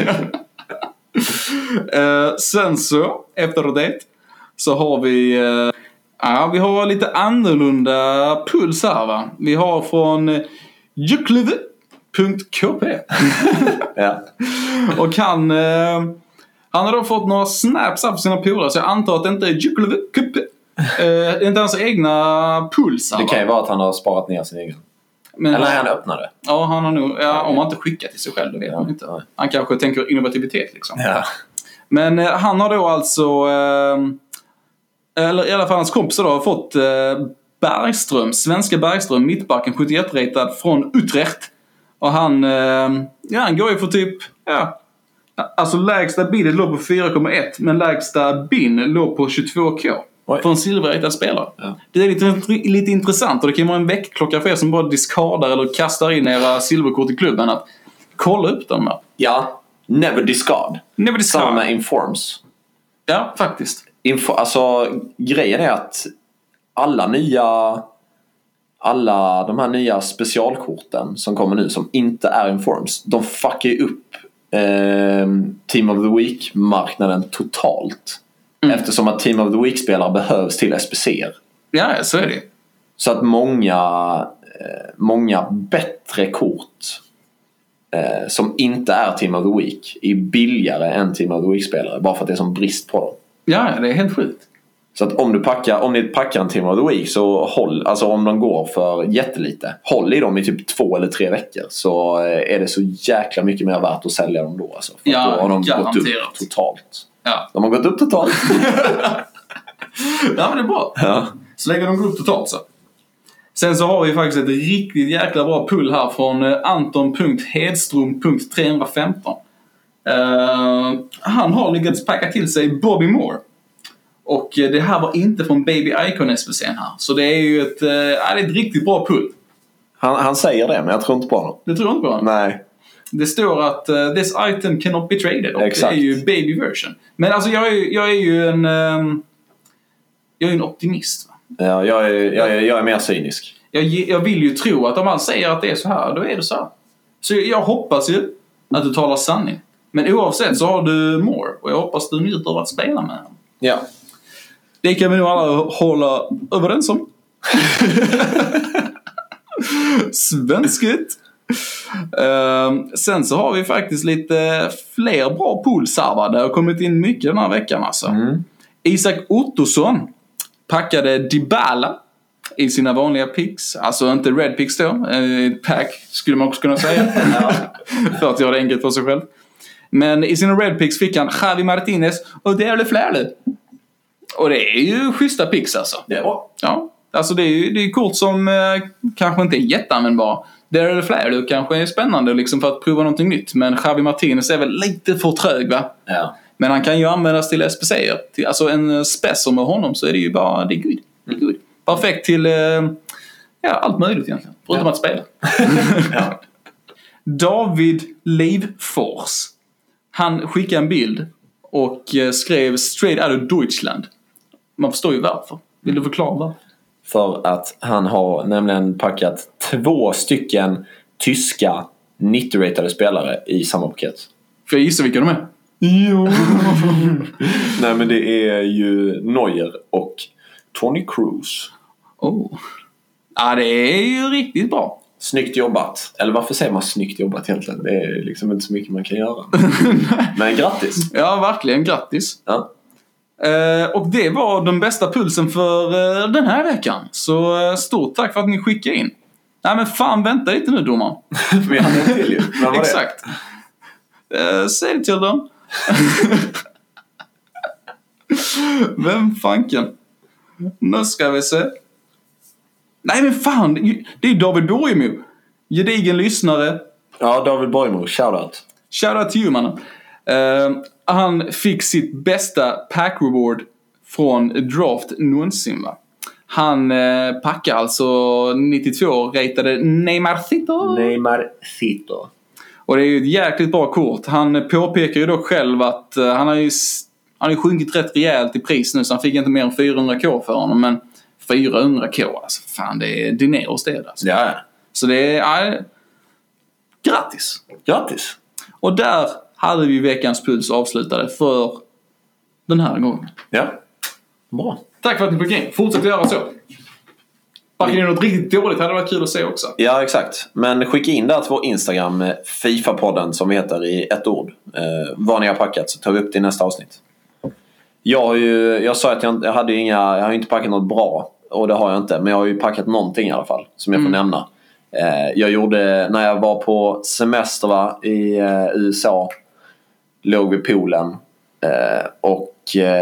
Sen så, efter det så har vi vi har lite annorlunda puls här, va? Vi har från jukleve.kp. Ja. Och han har då fått några snaps på sina polare, så jag antar att det inte är jukleve.kp. Det är inte hans egna puls här, det kan ju vara att han har sparat ner sin egen. Men eller han öppnade. Ja, han har nog, om han inte skickat till sig själv, det vet man inte. Nej. Han kanske tänker innovativitet liksom. Ja. Men han har då alltså eller i alla fall hans kompisar då har fått Bergström, svenska Bergström, mittbacken 71-ratad från Utrecht. Och han går ju för typ alltså lägsta bidet låg på 4,1 men lägsta bin låg på 22k. Oj. För en silverrättad spelare. Ja. Det är lite intressant, och det kan vara en väckklocka för er som bara diskardar eller kastar in era silverkort i klubben, att kolla upp dem här. Ja, never discard. Samma med Informs. Ja, faktiskt. Alltså, grejen är att alla de här nya specialkorten som kommer nu som inte är Informs, de fuckar ju upp Team of the Week-marknaden totalt. Eftersom att Team of the Week-spelare behövs till SPC:er. Ja, så är det. Så att många bättre kort som inte är Team of the Week är billigare än Team of the Week-spelare, bara för att det är som brist på dem. Ja, det är helt sjukt. Så att om ni packar en Team of the Week, så håll, alltså om de går för jättelite, håll i dem i typ 2 eller 3 veckor, så är det så jäkla mycket mer värt att sälja dem då, alltså. För ja, då har de garanterat. gått upp totalt. Ja. De har gått upp totalt. Ja, men det är bra. Ja. Så lägger de upp totalt så. Sen så har vi faktiskt ett riktigt jäkla bra pull här från Anton.Hedström.315. Han har lyckats packa till sig Bobby Moore. Och det här var inte från Baby Icon SPC:n här. Så det är ju ett riktigt bra pull. Han säger det, men jag tror inte på honom. Du tror inte på honom? Nej. Det står att this item cannot be traded. Och exakt. Det är ju baby version. Men alltså jag är ju en optimist, va? Ja, jag är mer cynisk. Jag vill ju tro att om man säger att det är så här, då är det så här. Så jag hoppas ju att du talar sanning. Men oavsett så har du more. Och jag hoppas du njuter av att spela med honom. Ja. Det kan vi nog alla hålla överens om. Svenskigt. Sen så har vi faktiskt lite fler bra poolsarvar. Det har kommit in mycket den här veckan alltså. Isak Ottosson packade Dybala i sina vanliga picks. Alltså inte red picks då. Pack skulle man också kunna säga. För att göra det enkelt för sig själv. Men i sina red picks fick han Javi Martinez och Derle Flärle. Och det är ju schyssta picks alltså. Ja. Alltså det är kort som kanske inte är jätteanvändbara. Derle Flärle kanske är spännande liksom för att prova någonting nytt. Men Javi Martinez är väl lite för trög va? Ja. Men han kan ju användas till SPC:er. Alltså en spec med honom så är det ju bara, det är good. Perfekt till allt möjligt egentligen. Förutom att spela. Ja. David Leifors. Han skickade en bild och skrev straight out of Deutschland. Man förstår ju varför. Vill du förklara varför? För att han har nämligen packat 2 stycken tyska 90-ratade spelare i samma paket. För jag gissar vilka de är. Jo. Nej men det är ju Neuer och Toni Kroos. Ja, det är ju riktigt bra. Snyggt jobbat. Eller varför säger man snyggt jobbat egentligen? Det är liksom inte så mycket man kan göra. Men grattis. Ja, verkligen. Grattis. Ja. Och det var den bästa pulsen för den här veckan. Så stort tack för att ni skickade in. Nej men fan, vänta lite nu domaren. Vi hade en till ju. Exakt. Säg det till dem. Vem fanken? Nu ska vi se. Nej men fan, det är David Borgemo. Gedigen lyssnare. Ja, David Borgemo, shoutout. Shoutout till you mannen. Han fick sitt bästa pack reward från draft någonsin va. Han packar alltså 92 ratade Neymarcito. Och det är ju ett jäkligt bra kort. Han påpekar ju dock själv att han har ju sjunkit rätt rejält i pris nu. Så han fick inte mer än 400k för honom. Men 400k, alltså fan det är dineros det alltså. Ja. Så det är... Grattis! Grattis! Och där hade vi veckans puls avslutade för den här gången. Ja, bra. Tack för att ni fick in. Fortsätt göra så. Backar ni något riktigt dåligt hade det varit kul att se också. Ja, exakt. Men skicka in där till vår Instagram, FIFA-podden som vi heter i ett ord. Vad ni har packat så tar vi upp det i nästa avsnitt. Jag sa att jag har inte packat något bra. Och det har jag inte. Men jag har ju packat någonting i alla fall som jag får nämna. Jag gjorde, när jag var på semester i USA, låg vid poolen och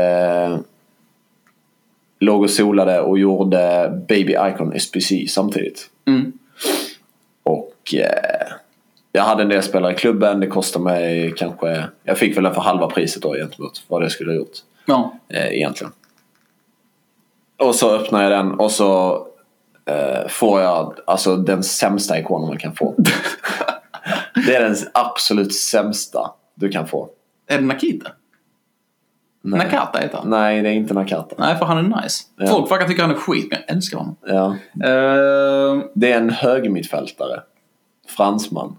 låg och solade och gjorde Baby Icon SPC samtidigt. Och jag hade en del spelare i klubben. Det kostade mig kanske, jag fick väl för halva priset då gentemot vad det skulle ha gjort. Ja. Egentligen. Och så öppnar jag den och så får jag alltså den sämsta ikonen man kan få. Det är den absolut sämsta du kan få. Är det Nakita? Nej. Nakata heter han. Nej, det är inte Nakata. Nej, för han är nice. Ja. Folk faktiskt tycker han är skit, men jag älskar honom. Ja. Det är en högermittfältare. Fransman.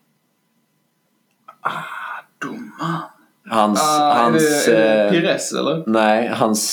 Dumma. Hans är det Pires eller? Nej,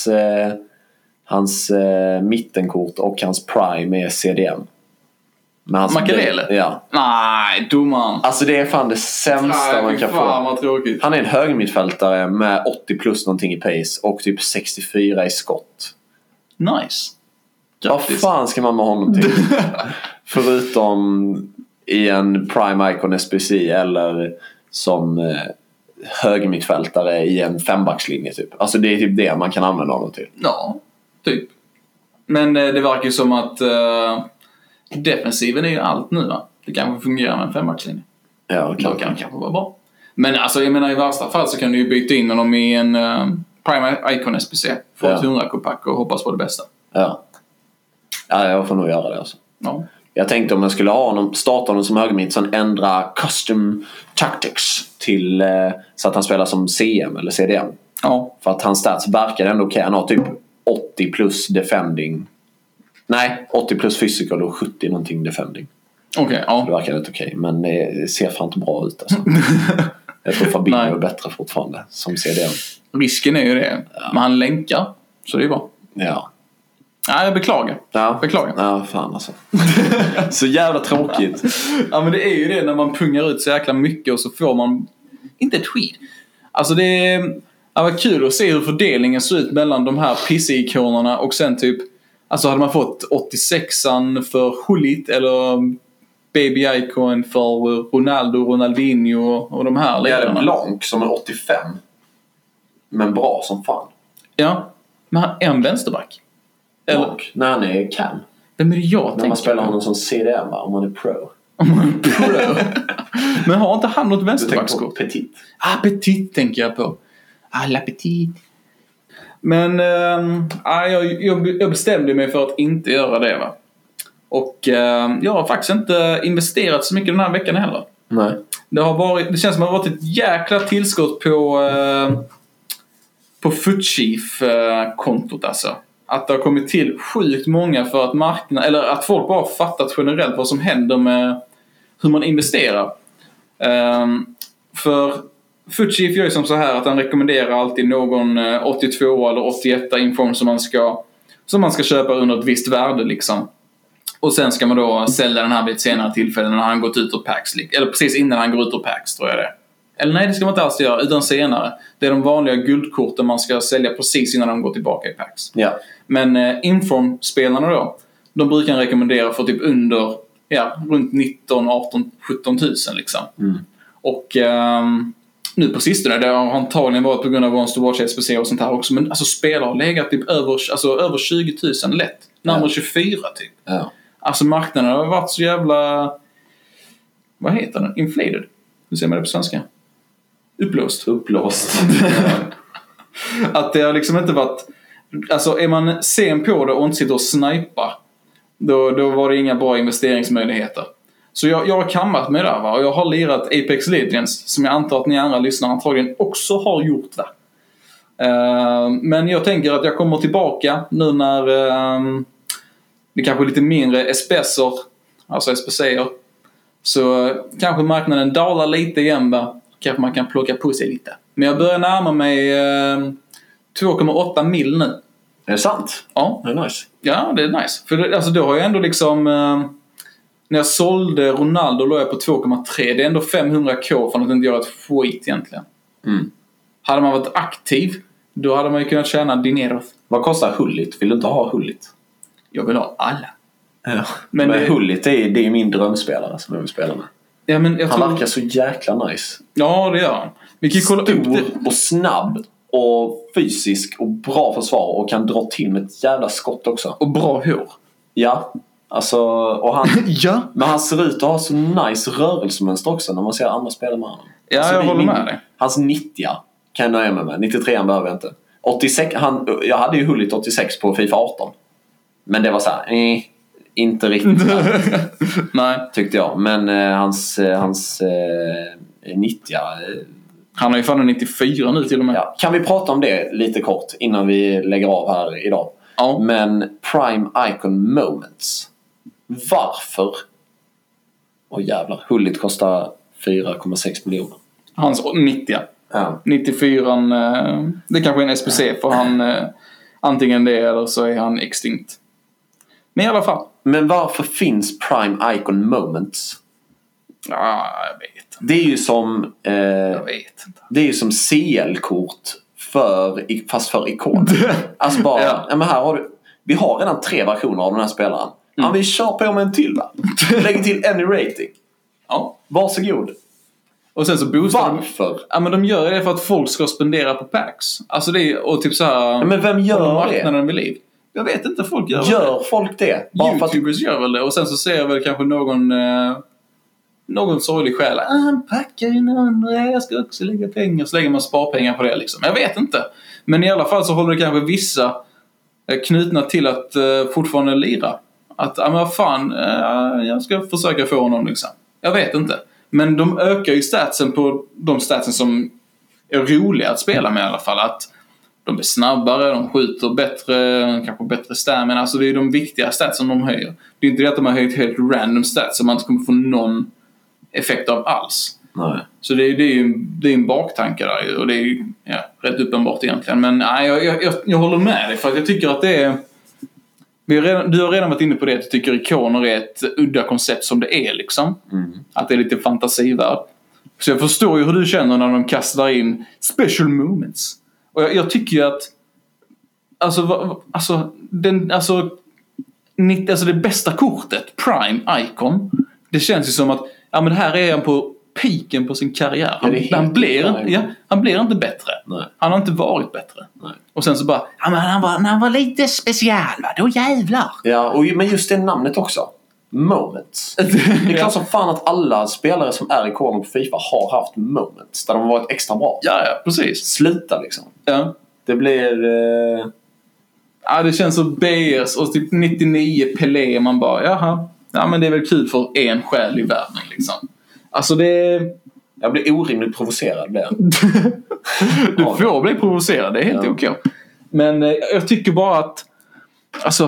hans mittenkort och hans prime är CDM. Makelele? Ja. Nej, dumman. Alltså det är fan det sämsta man kan fan, få. vad tråkigt. Han är en högermittfältare med 80 plus någonting i pace och typ 64 i skott. Nice. Vad fan ska man med honom till? Förutom i en prime icon SPC eller som högermittfältare i en fembackslinje typ. Alltså det är typ det man kan använda honom till. Ja, typ. Men det verkar ju som att defensiven är ju allt nu va? Det kanske fungerar med en fembackslinje. Ja, Då kan det kanske vara bra. Men alltså jag menar i värsta fall så kan du ju byta in honom i en prime icon SPC. Få ett 100k-pack och hoppas på det bästa. Ja. Ja, jag får nog göra det alltså. Ja. Jag tänkte om jag skulle ha honom, starta honom som högermitt, sen ändra custom tactics till så att han spelar som CM eller CDM. Ja. För att hans stats verkar ändå okej. Han har typ 80 plus defending Nej, 80 plus physical och 70 någonting defending. Okej, ja. Det verkar rätt okej, men det ser fan inte bra ut alltså. Jag tror Fabinho är bättre fortfarande som CDM. Risken är ju det. Men han länkar, så det är bra. Ja. Nej, jag beklagar. Beklagar. Ja, fan alltså. Så jävla tråkigt. Ja, men det är ju det när man pungar ut så jäkla mycket och så får man inte ett skit. Alltså det var kul att se hur fördelningen ser ut mellan de här pissikonerna och sen typ, alltså hade man fått 86an för Hullit eller Baby Icon för Ronaldo, Ronaldinho och de här ledarna. Det är Blanc som är 85. Men bra som fan. Ja, men han är en vänsterback. Eller när han är cam. Vem är det jag tänker? När man spelar honom som CDM, va? Om man är pro. Men har inte han något vänsterbackskott? Du tänker på Petit. Petit tänker jag på. La Petit. Men jag bestämde mig för att inte göra det, va. Och jag har faktiskt inte investerat så mycket den här veckan heller. Nej. Det känns som att det har varit ett jäkla tillskott på Footchief-kontot alltså. Att det har kommit till sjukt många för att marknaden, eller att folk bara har fattat generellt vad som händer med hur man investerar. För Footchief gör ju som så här att han rekommenderar alltid någon 82 eller 81 inform som man ska köpa under ett visst värde liksom. Och sen ska man då sälja den här vid ett senare tillfälle när han gått ut ur packs. Eller precis innan han går ut ur packs, tror jag det. Eller nej, det ska man inte alls göra, utan senare. Det är de vanliga guldkorten man ska sälja precis innan de går tillbaka i packs. Ja. Men inform-spelarna då, de brukar rekommendera för typ under, runt 19, 18, 17 tusen liksom. Mm. Och nu på sistone, det har antagligen varit på grund av Wants to Watch SPC och sånt här också. Men alltså spelare har legat typ över 20 000 lätt. Närmare 24 typ. Ja. Alltså marknaden har varit så jävla, vad heter den? Inflated. Hur säger man det på svenska? Uppblåst. Att det har liksom inte varit, alltså är man sen på det och inte sitter och snipar, då var det inga bra investeringsmöjligheter. Så jag har kammat mig där, va? Och jag har lirat Apex Legends, som jag antar att ni andra lyssnare antagligen också har gjort, va? Men jag tänker att jag kommer tillbaka nu när det kanske är lite mindre SPSer, alltså SPCer. Så kanske marknaden dalar lite igen, va? Kanske man kan plocka på sig lite. Men jag börjar närma mig 2,8 mil nu. Är det sant? Ja. Det är nice. Ja, det är nice. För det, alltså då har jag ändå liksom, när jag sålde Ronaldo låg jag på 2,3. Det är ändå 500k för att inte göra ett skit egentligen. Mm. Hade man varit aktiv, då hade man ju kunnat tjäna dinero. Vad kostar Hullit? Vill du inte ha Hullit? Jag vill ha alla. Ja. Men Hullit det är min drömspelare som jag vill spela med. Ja, men han verkar så jäkla nice. Ja, det gör han. Vi kan kolla upp det. Och snabb och fysisk och bra försvar och kan dra till med ett jävla skott också. Och bra hår. Ja. Alltså, och han, ja. Men han ser ut att ha så nice rörelsemönster också när man ser andra spela med honom. Ja, alltså, jag håller med dig. Hans 90 kan jag nöja mig med. 93 behöver jag inte. 86, jag hade ju Hullit 86 på FIFA 18. Men det var så här, inte riktigt nej, tyckte jag. Men hans 90 han har ju fan 94 nu till och med. Ja. Kan vi prata om det lite kort innan vi lägger av här idag? Ja. Men Prime Icon Moments. Varför? Jävlar, Hullit kostar 4,6 miljoner. Hans 90. Ja. 94, det kanske är en SPC för han, antingen det eller så är han extinct. Men i alla fall. Men varför finns Prime Icon Moments? Ja, jag vet inte. Det är ju som jag vet inte. Det är ju som CL-kort fast för ikoner. Alltså bara, ja. Men här har du, vi har redan 3 versioner av den här spelaren. Ja, vi kör på med en till, va? Lägger till any rating. Ja. Varsågod. Och sen så boostar varför? Ja, men de gör det för att folk ska spendera på packs. Alltså det är, och typ så här. Ja, men vem gör marknaden vid liv? Jag vet inte, folk gör folk det? Bara YouTubers gör väl det. Och sen så ser jag väl kanske någon sorglig själ. Han packar ju någon, jag ska också lägga pengar. Så lägger man sparpengar på det liksom. Jag vet inte. Men i alla fall så håller det kanske vissa knutna till att fortfarande lira. Att, men vad fan, jag ska försöka få honom liksom. Jag vet inte. Men de ökar ju statsen på de statsen som är roliga att spela med i alla fall. Att De är snabbare, de skjuter bättre, kanske bättre stamina. Alltså det är de viktiga statsen de höjer. Det är inte det att de har höjt helt random stats som man inte kommer få någon effekt av alls. Nej. Så det är ju en baktanke där ju, och det är ju rätt uppenbart egentligen. Men nej, jag håller med dig, för att jag tycker att det är... Du har redan varit inne på det, att du tycker ikoner är ett udda koncept som det är liksom. Att det är lite fantasivärld. Så jag förstår ju hur du känner när de kastar in special moments. Och jag tycker ju att det bästa kortet, Prime Icon, det känns ju som att men här är han på piken på sin karriär. Han blir inte bättre. Nej. Han har inte varit bättre. Nej. Och sen så bara, han var lite special, va? Då jävlar. Ja, men just det namnet också. Moments. Det är klart som fan att alla spelare som är ikoner på FIFA har haft moments där de har varit extra bra. Ja, precis. Sluta liksom. Ja. Det blir... Ja, det känns så BS och typ 99 Pelé, man bara, jaha. Ja, men det är väl kul för en själ i världen liksom. Alltså det... Jag blir orimligt provocerad där. Du får bli provocerad, det är helt okej. Men jag tycker bara att... Alltså...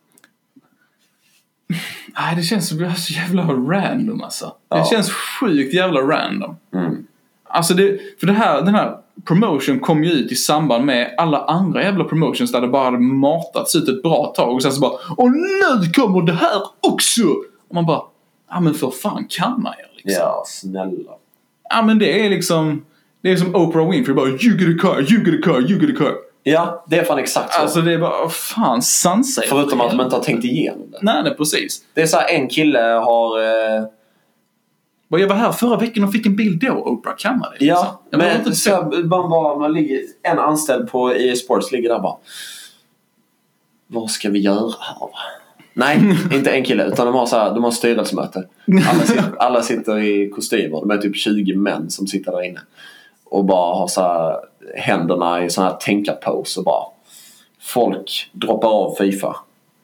Nej, det känns så jävla random alltså. Ja. Det känns sjukt jävla random. Mm. Alltså den här promotion kom ju ut i samband med alla andra jävla promotions där det bara hade matats ut ett bra tag. Och sen så bara, och nu kommer det här också! Och man bara, men för fan kan man ju liksom. Ja, snälla. Ja, men det är som Oprah Winfrey, bara, you get a car, you get a car, you get a car. Ja, det är fan exakt så. Alltså det är bara, fan, sansa. Förutom att de inte har tänkt igenom det. Nej, precis. Det är så här, en kille har... Jag var här förra veckan och fick en bild då, Oprah, kan man det? Ja, men så man ligger, en anställd på EA Sports ligger där bara, vad ska vi göra här? Nej, inte en kille, utan de har styrelsemöte. Alla sitter i kostymer. De är typ 20 män som sitter där inne och bara har så här händerna i sån här tänkarpose och bara, folk droppar av FIFA.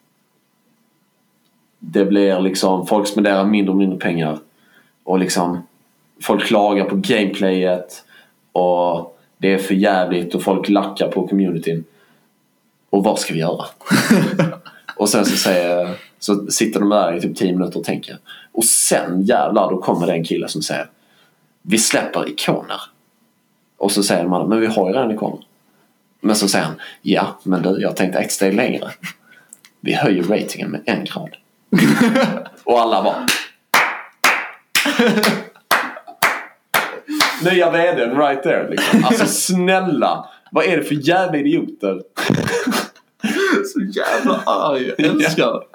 Det blir liksom, folk spenderar mindre och mindre pengar. Och liksom, folk klagar på gameplayet och det är för jävligt och folk lackar på communityn. Och vad ska vi göra? Och sen så sitter de där i typ 10 minuter och tänker. Och sen jävlar, då kommer det en kille som säger, vi släpper ikoner. Och så säger man, men vi har ju redan ikoner. Men så säger han, ja, men du, jag tänkte ett steg längre. Vi höjer ratingen med 1 grad. Och alla bara... Nya vdn right there liksom. Alltså snälla, vad är det för jävla idioter? Så jävla arg, jag älskar det.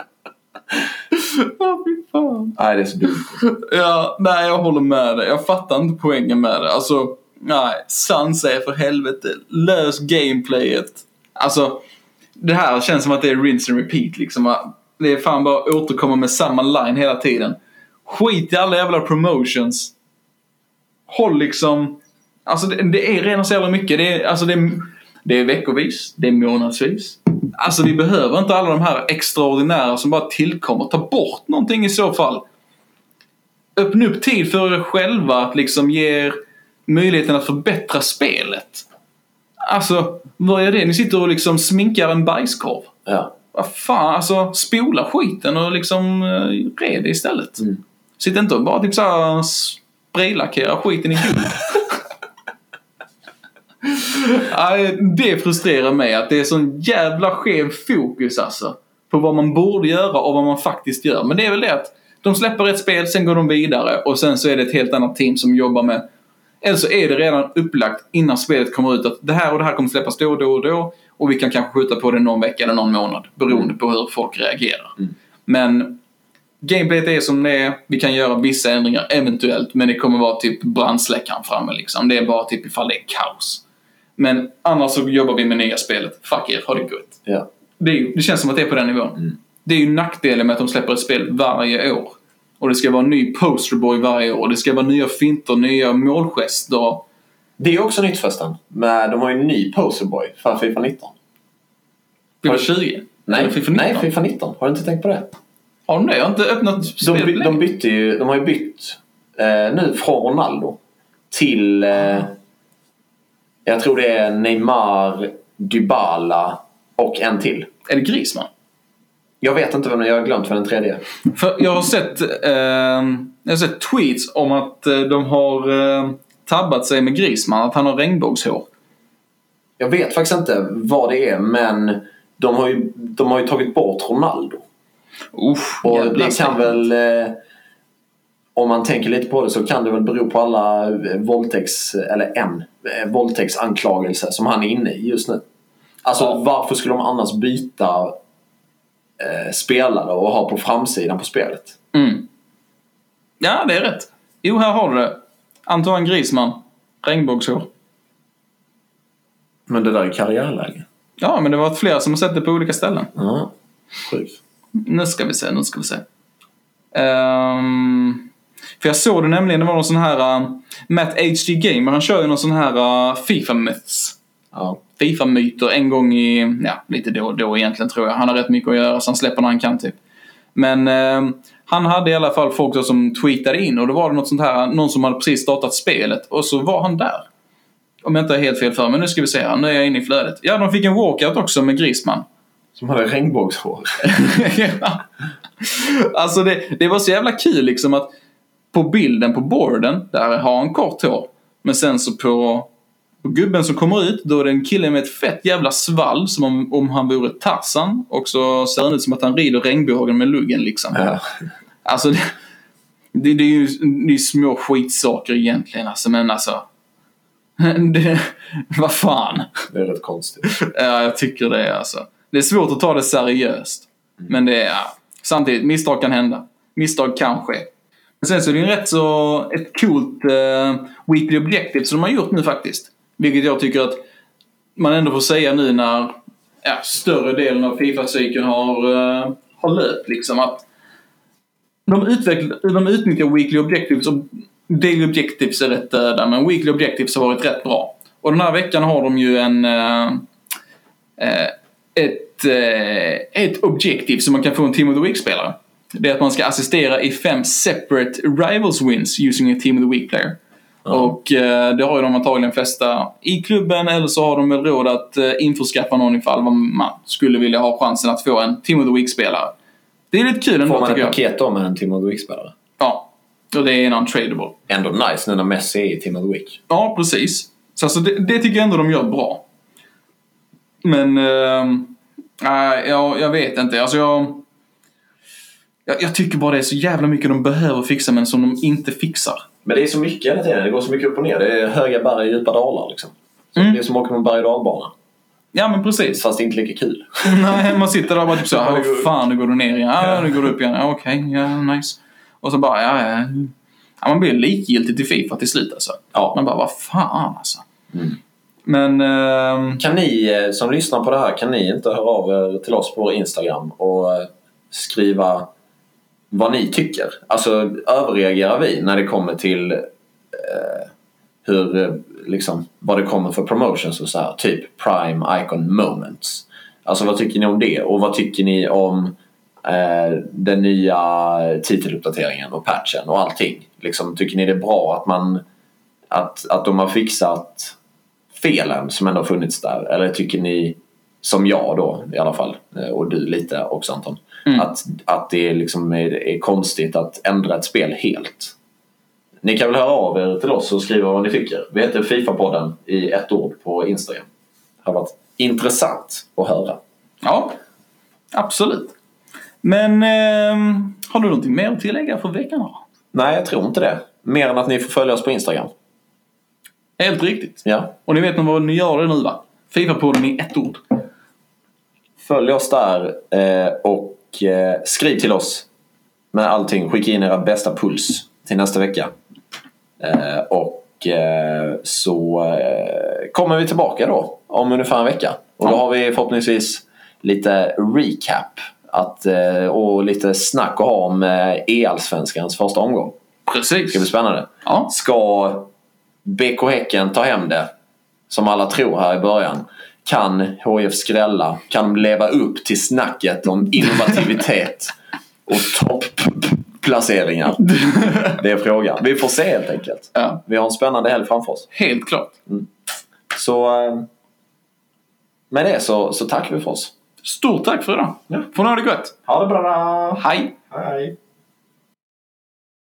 Fy fan. Nej, det är så dumt. Ja, nej, jag håller med dig. Jag fattar inte poängen med det. Alltså, nej, sansa är för helvete. Lös gameplayet. Alltså, det här känns som att det är rinse and repeat liksom. Det är fan bara att återkomma med samma line hela tiden. Skit i alla jävla promotions. Håll liksom... Alltså det är redan så jävla mycket. Det är veckovis. Det är månadsvis. Alltså vi behöver inte alla de här extraordinära som bara tillkommer. Ta bort någonting i så fall. Öppna upp tid för er själva att liksom ge möjligheten att förbättra spelet. Alltså, vad är det? Ni sitter och liksom sminkar en bajskorv. Ja. Vad fan, alltså spola skiten och liksom red istället. Sitt inte och bara typ såhär spraylackera skiten i guld. Det frustrerar mig att det är sån jävla skev fokus alltså på vad man borde göra och vad man faktiskt gör. Men det är väl det att de släpper ett spel, sen går de vidare och sen så är det ett helt annat team som jobbar med. Eller så är det redan upplagt innan spelet kommer ut att det här och det här kommer släppas då och då och då. Och vi kan kanske skjuta på det någon vecka eller någon månad beroende på hur folk reagerar. Men gameplayet är som det är. Vi kan göra vissa ändringar eventuellt, men det kommer vara typ brandsläckaren framme liksom. Det är bara typ ifall det är kaos. Men annars så jobbar vi med nya spelet. Fuck er, ha det gott. Ja. Det känns som att det är på den nivån. Det är ju nackdelen med att de släpper ett spel varje år. Och det ska vara en ny posterboy varje år. Det ska vara nya finter, nya målgester. Det är också nytt förresten. Men de har ju en ny posterboy för FIFA 19. FIFA 20? Nej, FIFA 19. Nej, FIFA 19. Har du inte tänkt på det? Har de det? Jag har inte öppnat spelet. De har ju bytt nu från Ronaldo till jag tror det är Neymar, Dybala och en till. Är det Griezmann? Jag vet inte vem jag har glömt för den tredje. För jag har sett tweets om att de har tabbat sig med Griezmann, att han har regnbågshår. Jag vet faktiskt inte vad det är, men de har ju tagit bort Ronaldo. Och det kan väl, om man tänker lite på det, så kan det väl bero på alla våldtäktsanklagelser som han är inne i just nu. Alltså varför skulle de annars byta spelare och ha på framsidan på spelet? Ja, det är rätt. Jo, här har du det. Antoine Griezmann, regnbågshår. Men det där är karriärläge. Ja, men det var flera som har sett det på olika ställen. Ja, sjukt. Nu ska vi se. För jag såg det nämligen, det var någon sån här Matt HD Gamer, han kör ju någon sån här FIFA myths. Ja. FIFA-myter en gång i, lite då egentligen tror jag. Han har rätt mycket att göra så han släpper när han kan typ. Men han hade i alla fall folk då som tweetade in, och då var det något sånt här, någon som hade precis startat spelet och så var han där. Om jag inte är helt fel för, men nu ska vi se här, nu är jag inne i flödet. Ja, de fick en walkout också med Griezmann. Som hade regnbågshår. Ja. Alltså det var så jävla kul liksom att på bilden på boarden, där har han kort hår. Men sen så på gubben som kommer ut, då är det en kille med ett fett jävla svall, som om han vore Tarzan. Och så ser det ut som att han rider regnbågen med luggen liksom. Ja. Alltså det är ju små skitsaker egentligen alltså, men alltså vad fan. Det är rätt konstigt. Ja, jag tycker det alltså. Det är svårt att ta det seriöst. Men det är samtidigt, misstag kan hända. Misstag kan ske. Men sen så är det ju rätt så ett coolt weekly objective som de har gjort nu faktiskt. Vilket jag tycker att man ändå får säga nu när större delen av FIFA-cykeln har löpt liksom, att de utnyttjar weekly objectives, och daily objectives är rätt döda, men weekly objectives har varit rätt bra. Och den här veckan har de ju ett objective som man kan få en Team of the Week-spelare. Det är att man ska assistera i 5 separate rivals wins using a Team of the Week-player. Och det har ju de antagligen flesta i klubben, eller så har de väl råd att införskaffa någon ifall man skulle vilja ha chansen att få en Team of the Week-spelare. Det är lite kul ändå, tycker jag. Får man ett paket då med en Team of the Week-spelare? Ja, och det är en untradable. Ändå nice nu när Messi är i Team of the Week. Ja, precis. Så alltså, det tycker jag ändå de gör bra. Men jag vet inte. Alltså jag tycker bara det är så jävla mycket de behöver fixa, men som de inte fixar. Men det är så mycket hela tiden. Det går så mycket upp och ner. Det är höga berg, djupa dalar liksom. Så det är som åker med berg- och dalbana. Ja, men precis. Fast det är inte lika kul. Nej, man sitter där och bara typ så, fan, nu går du ner igen. Ja, nu går du upp igen. Ja, okej, ja, nice. Och så bara, ja, man blir likgiltig till FIFA till slut alltså. Ja. Man bara, vad fan alltså. Men kan ni som lyssnar på det här, kan ni inte höra av er till oss på vår Instagram och skriva vad ni tycker? Alltså, överreagerar vi när det kommer till hur liksom, vad det kommer för promotions och så här, typ Prime Icon Moments. Alltså, vad tycker ni om det? Och vad tycker ni om den nya titeluppdateringen och patchen och allting? Liksom, tycker ni det är bra att de har fixat felen som ändå har funnits där? Eller tycker ni, som jag då i alla fall, och du lite också Anton, att det liksom är konstigt att ändra ett spel helt? Ni kan väl höra av er till oss och skriva vad ni tycker. Vi heter FIFA-podden i ett ord på Instagram. Det har varit intressant att höra. Ja, absolut. Men har du någonting mer att tillägga för veckan då? Nej, jag tror inte det. Mer än att ni får följa oss på Instagram. Helt riktigt. Ja. Och ni vet nog vad ni gör det nu, va? FIFA-podden i ett ord. Följ oss där och skriv till oss med allting. Skicka in era bästa puls till nästa vecka. Och så kommer vi tillbaka då om ungefär en vecka. Och då har vi förhoppningsvis lite recap och lite snack att ha om E-allsvenskans första omgång. Precis. Det ska bli spännande. Ja. Ska BK Häcken ta hem det, som alla tror här i början? Kan HF skrälla? Kan de leva upp till snacket om innovativitet och topplaceringar? Det är frågan. Vi får se helt enkelt. Ja. Vi har en spännande helg framför oss. Helt klart. Så med det så tackar vi för oss. Stort tack för idag. Ja. Får ni ha det gott. Ha det bra. Hej. Hej.